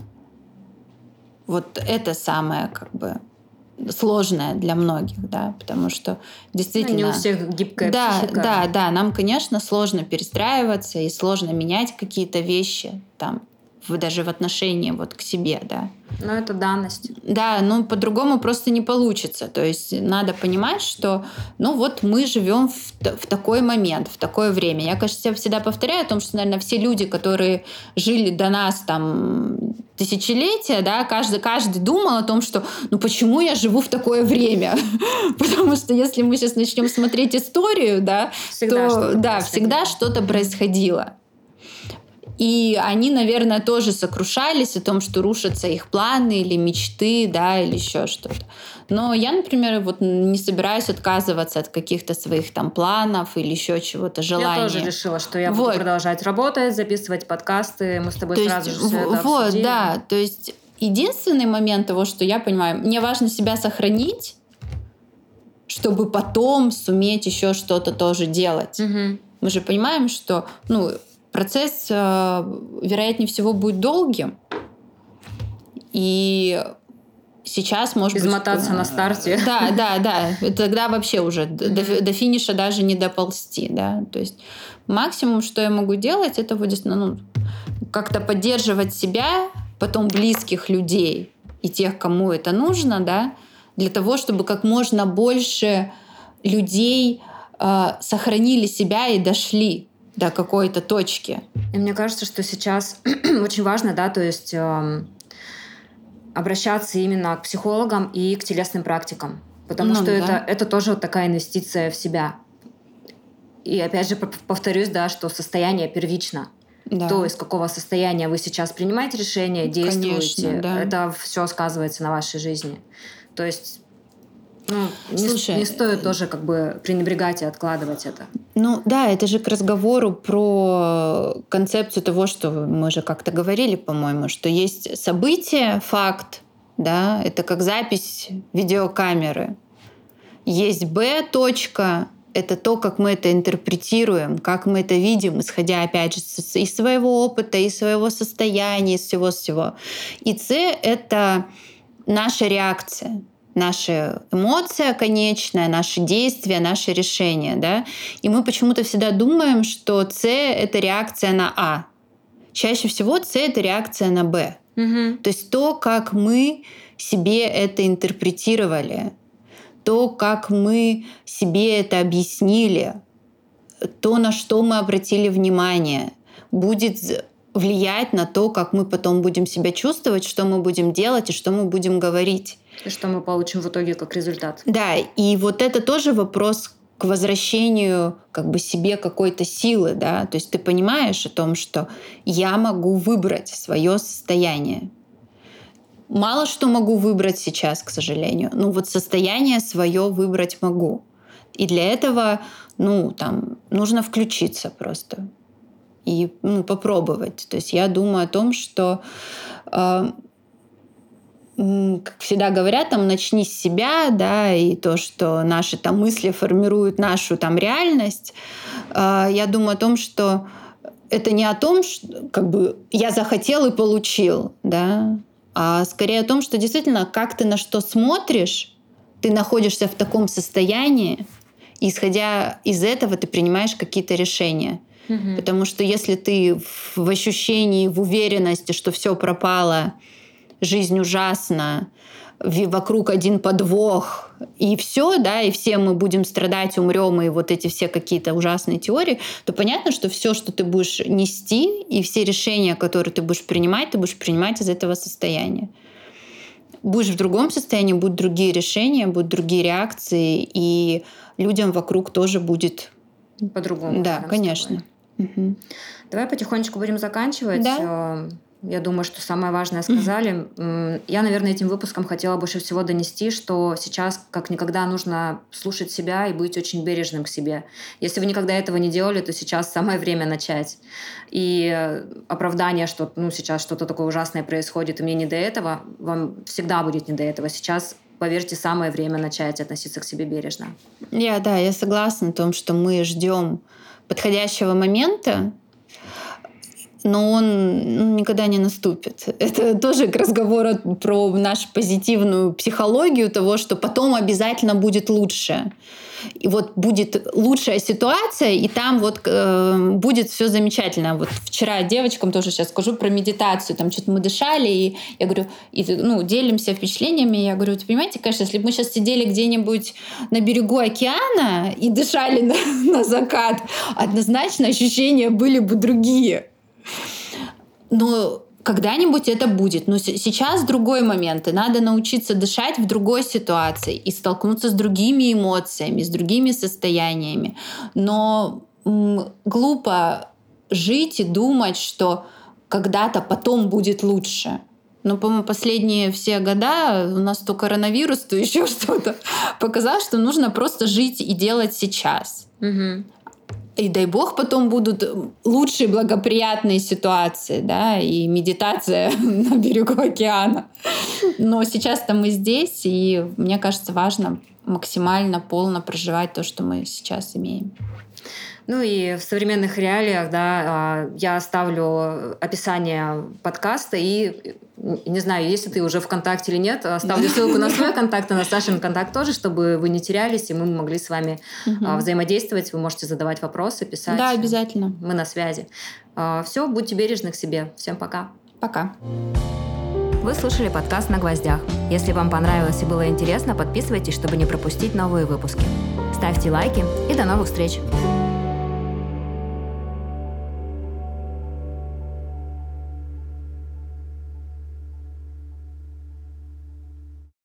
Вот это самое как бы сложное для многих, да, потому что действительно...
Ну, не у всех гибкая
да,
психика.
Да, да, нам, конечно, сложно перестраиваться и сложно менять какие-то вещи там, даже в отношении вот к себе, да.
Но это данность.
Да, но по-другому просто не получится. То есть надо понимать, что ну вот мы живем в, в такой момент, в такое время. Я, кажется, я всегда повторяю о том, что, наверное, все люди, которые жили до нас там тысячелетия, да, каждый, каждый думал о том, что ну почему я живу в такое время? Потому что если мы сейчас начнем смотреть историю, да,
всегда
то да, всегда что-то происходило. И они, наверное, тоже сокрушались о том, что рушатся их планы или мечты, да, или еще что-то. Но я, например, вот не собираюсь отказываться от каких-то своих там планов или еще чего-то, желаний.
Я тоже решила, что я
вот.
буду продолжать работать, записывать подкасты. Мы с тобой
то
сразу
есть,
же все это
вот,
обсудили.
Да, то есть единственный момент того, что я понимаю, мне важно себя сохранить, чтобы потом суметь еще что-то тоже делать.
Угу.
Мы же понимаем, что, ну, процесс, вероятнее всего, будет долгим. И сейчас, может
быть... Измотаться на старте.
Да, да, да. Тогда вообще уже mm-hmm. до, до финиша даже не доползти. Да? То есть максимум, что я могу делать, это вот здесь, ну, как-то поддерживать себя, потом близких людей и тех, кому это нужно, да, для того, чтобы как можно больше людей э, сохранили себя и дошли до какой-то точки.
И мне кажется, что сейчас очень важно, да, то есть э, обращаться именно к психологам и к телесным практикам, потому ну, что да. это, это тоже вот такая инвестиция в себя. И опять же повторюсь, да, что состояние первично. Да. То, из какого состояния вы сейчас принимаете решение, действуете,
Конечно, да.
это все сказывается на вашей жизни. То есть ну,
Слушай,
не, не стоит тоже как бы пренебрегать и откладывать это.
Ну да, это же к разговору про концепцию того, что мы же как-то говорили, по-моему, что есть событие, факт, да, это как запись видеокамеры. Есть Б, точка, это то, как мы это интерпретируем, как мы это видим, исходя, опять же, из своего опыта, из своего состояния, из всего-всего. И С — это наша реакция. Наша эмоция конечная, наши действия, наши решения. Да? И мы почему-то всегда думаем, что С — это реакция на А. Чаще всего С — это реакция на Б.
Угу.
То есть то, как мы себе это интерпретировали, то, как мы себе это объяснили, то, на что мы обратили внимание, будет влиять на то, как мы потом будем себя чувствовать, что мы будем делать и что мы будем говорить.
И что мы получим в итоге как результат.
Да, и вот это тоже вопрос к возвращению как бы себе какой-то силы, да, то есть ты понимаешь о том, что я могу выбрать свое состояние. Мало что могу выбрать сейчас, к сожалению, но вот состояние свое выбрать могу. И для этого, ну, там, нужно включиться просто и ну, попробовать. То есть я думаю о том, что э, как всегда говорят, там, начни с себя, да, и то, что наши там мысли формируют нашу там реальность. Я думаю о том, что это не о том, что как бы я захотел и получил, да, а скорее о том, что действительно, как ты на что смотришь, ты находишься в таком состоянии, и исходя из этого ты принимаешь какие-то решения. Mm-hmm. Потому что если ты в ощущении, в уверенности, что все пропало, жизнь ужасна, вокруг один подвох, и все, да, и все мы будем страдать, умрем, и вот эти все какие-то ужасные теории, то понятно, что все, что ты будешь нести, и все решения, которые ты будешь принимать, ты будешь принимать из этого состояния. Будешь в другом состоянии, будут другие решения, будут другие реакции, и людям вокруг тоже будет
по-другому.
Да, конечно.
Угу. Давай потихонечку будем заканчивать.
Да.
Я думаю, что самое важное сказали. Я, наверное, этим выпуском хотела больше всего донести, что сейчас как никогда нужно слушать себя и быть очень бережным к себе. Если вы никогда этого не делали, то сейчас самое время начать. И оправдание, что ну, сейчас что-то такое ужасное происходит, и мне не до этого, вам всегда будет не до этого. Сейчас, поверьте, самое время начать относиться к себе бережно.
Я, да, я согласна в том, что мы ждем подходящего момента, но он ну, никогда не наступит. Это тоже к разговору про нашу позитивную психологию того, что потом обязательно будет лучше. И вот будет лучшая ситуация, и там вот э, будет все замечательно. Вот вчера девочкам тоже сейчас скажу про медитацию. Там что-то мы дышали, и я говорю, и, ну, делимся впечатлениями. Я говорю, вы понимаете, конечно, если бы мы сейчас сидели где-нибудь на берегу океана и дышали на, на закат, однозначно ощущения были бы другие. Но когда-нибудь это будет. Но сейчас другой момент. И надо научиться дышать в другой ситуации и столкнуться с другими эмоциями, с другими состояниями. Но м, глупо жить и думать, что когда-то потом будет лучше. Но, по-моему, последние все года у нас то коронавирус, то еще что-то показал, что нужно просто жить и делать сейчас.
Угу.
И дай бог потом будут лучшие благоприятные ситуации, да, и медитация на берегу океана. Но сейчас-то мы здесь, и мне кажется, важно максимально полно проживать то, что мы сейчас имеем.
Ну и в современных реалиях, да, я оставлю описание подкаста и, не знаю, если ты уже ВКонтакте или нет, оставлю ссылку на свой контакт и на Сашин контакт тоже, чтобы вы не терялись, и мы могли с вами угу. взаимодействовать. Вы можете задавать вопросы, писать.
Да, обязательно.
Мы на связи. Все, будьте бережны к себе. Всем пока.
Пока.
Вы слушали подкаст «На гвоздях». Если вам понравилось и было интересно, подписывайтесь, чтобы не пропустить новые выпуски. Ставьте лайки и до новых встреч!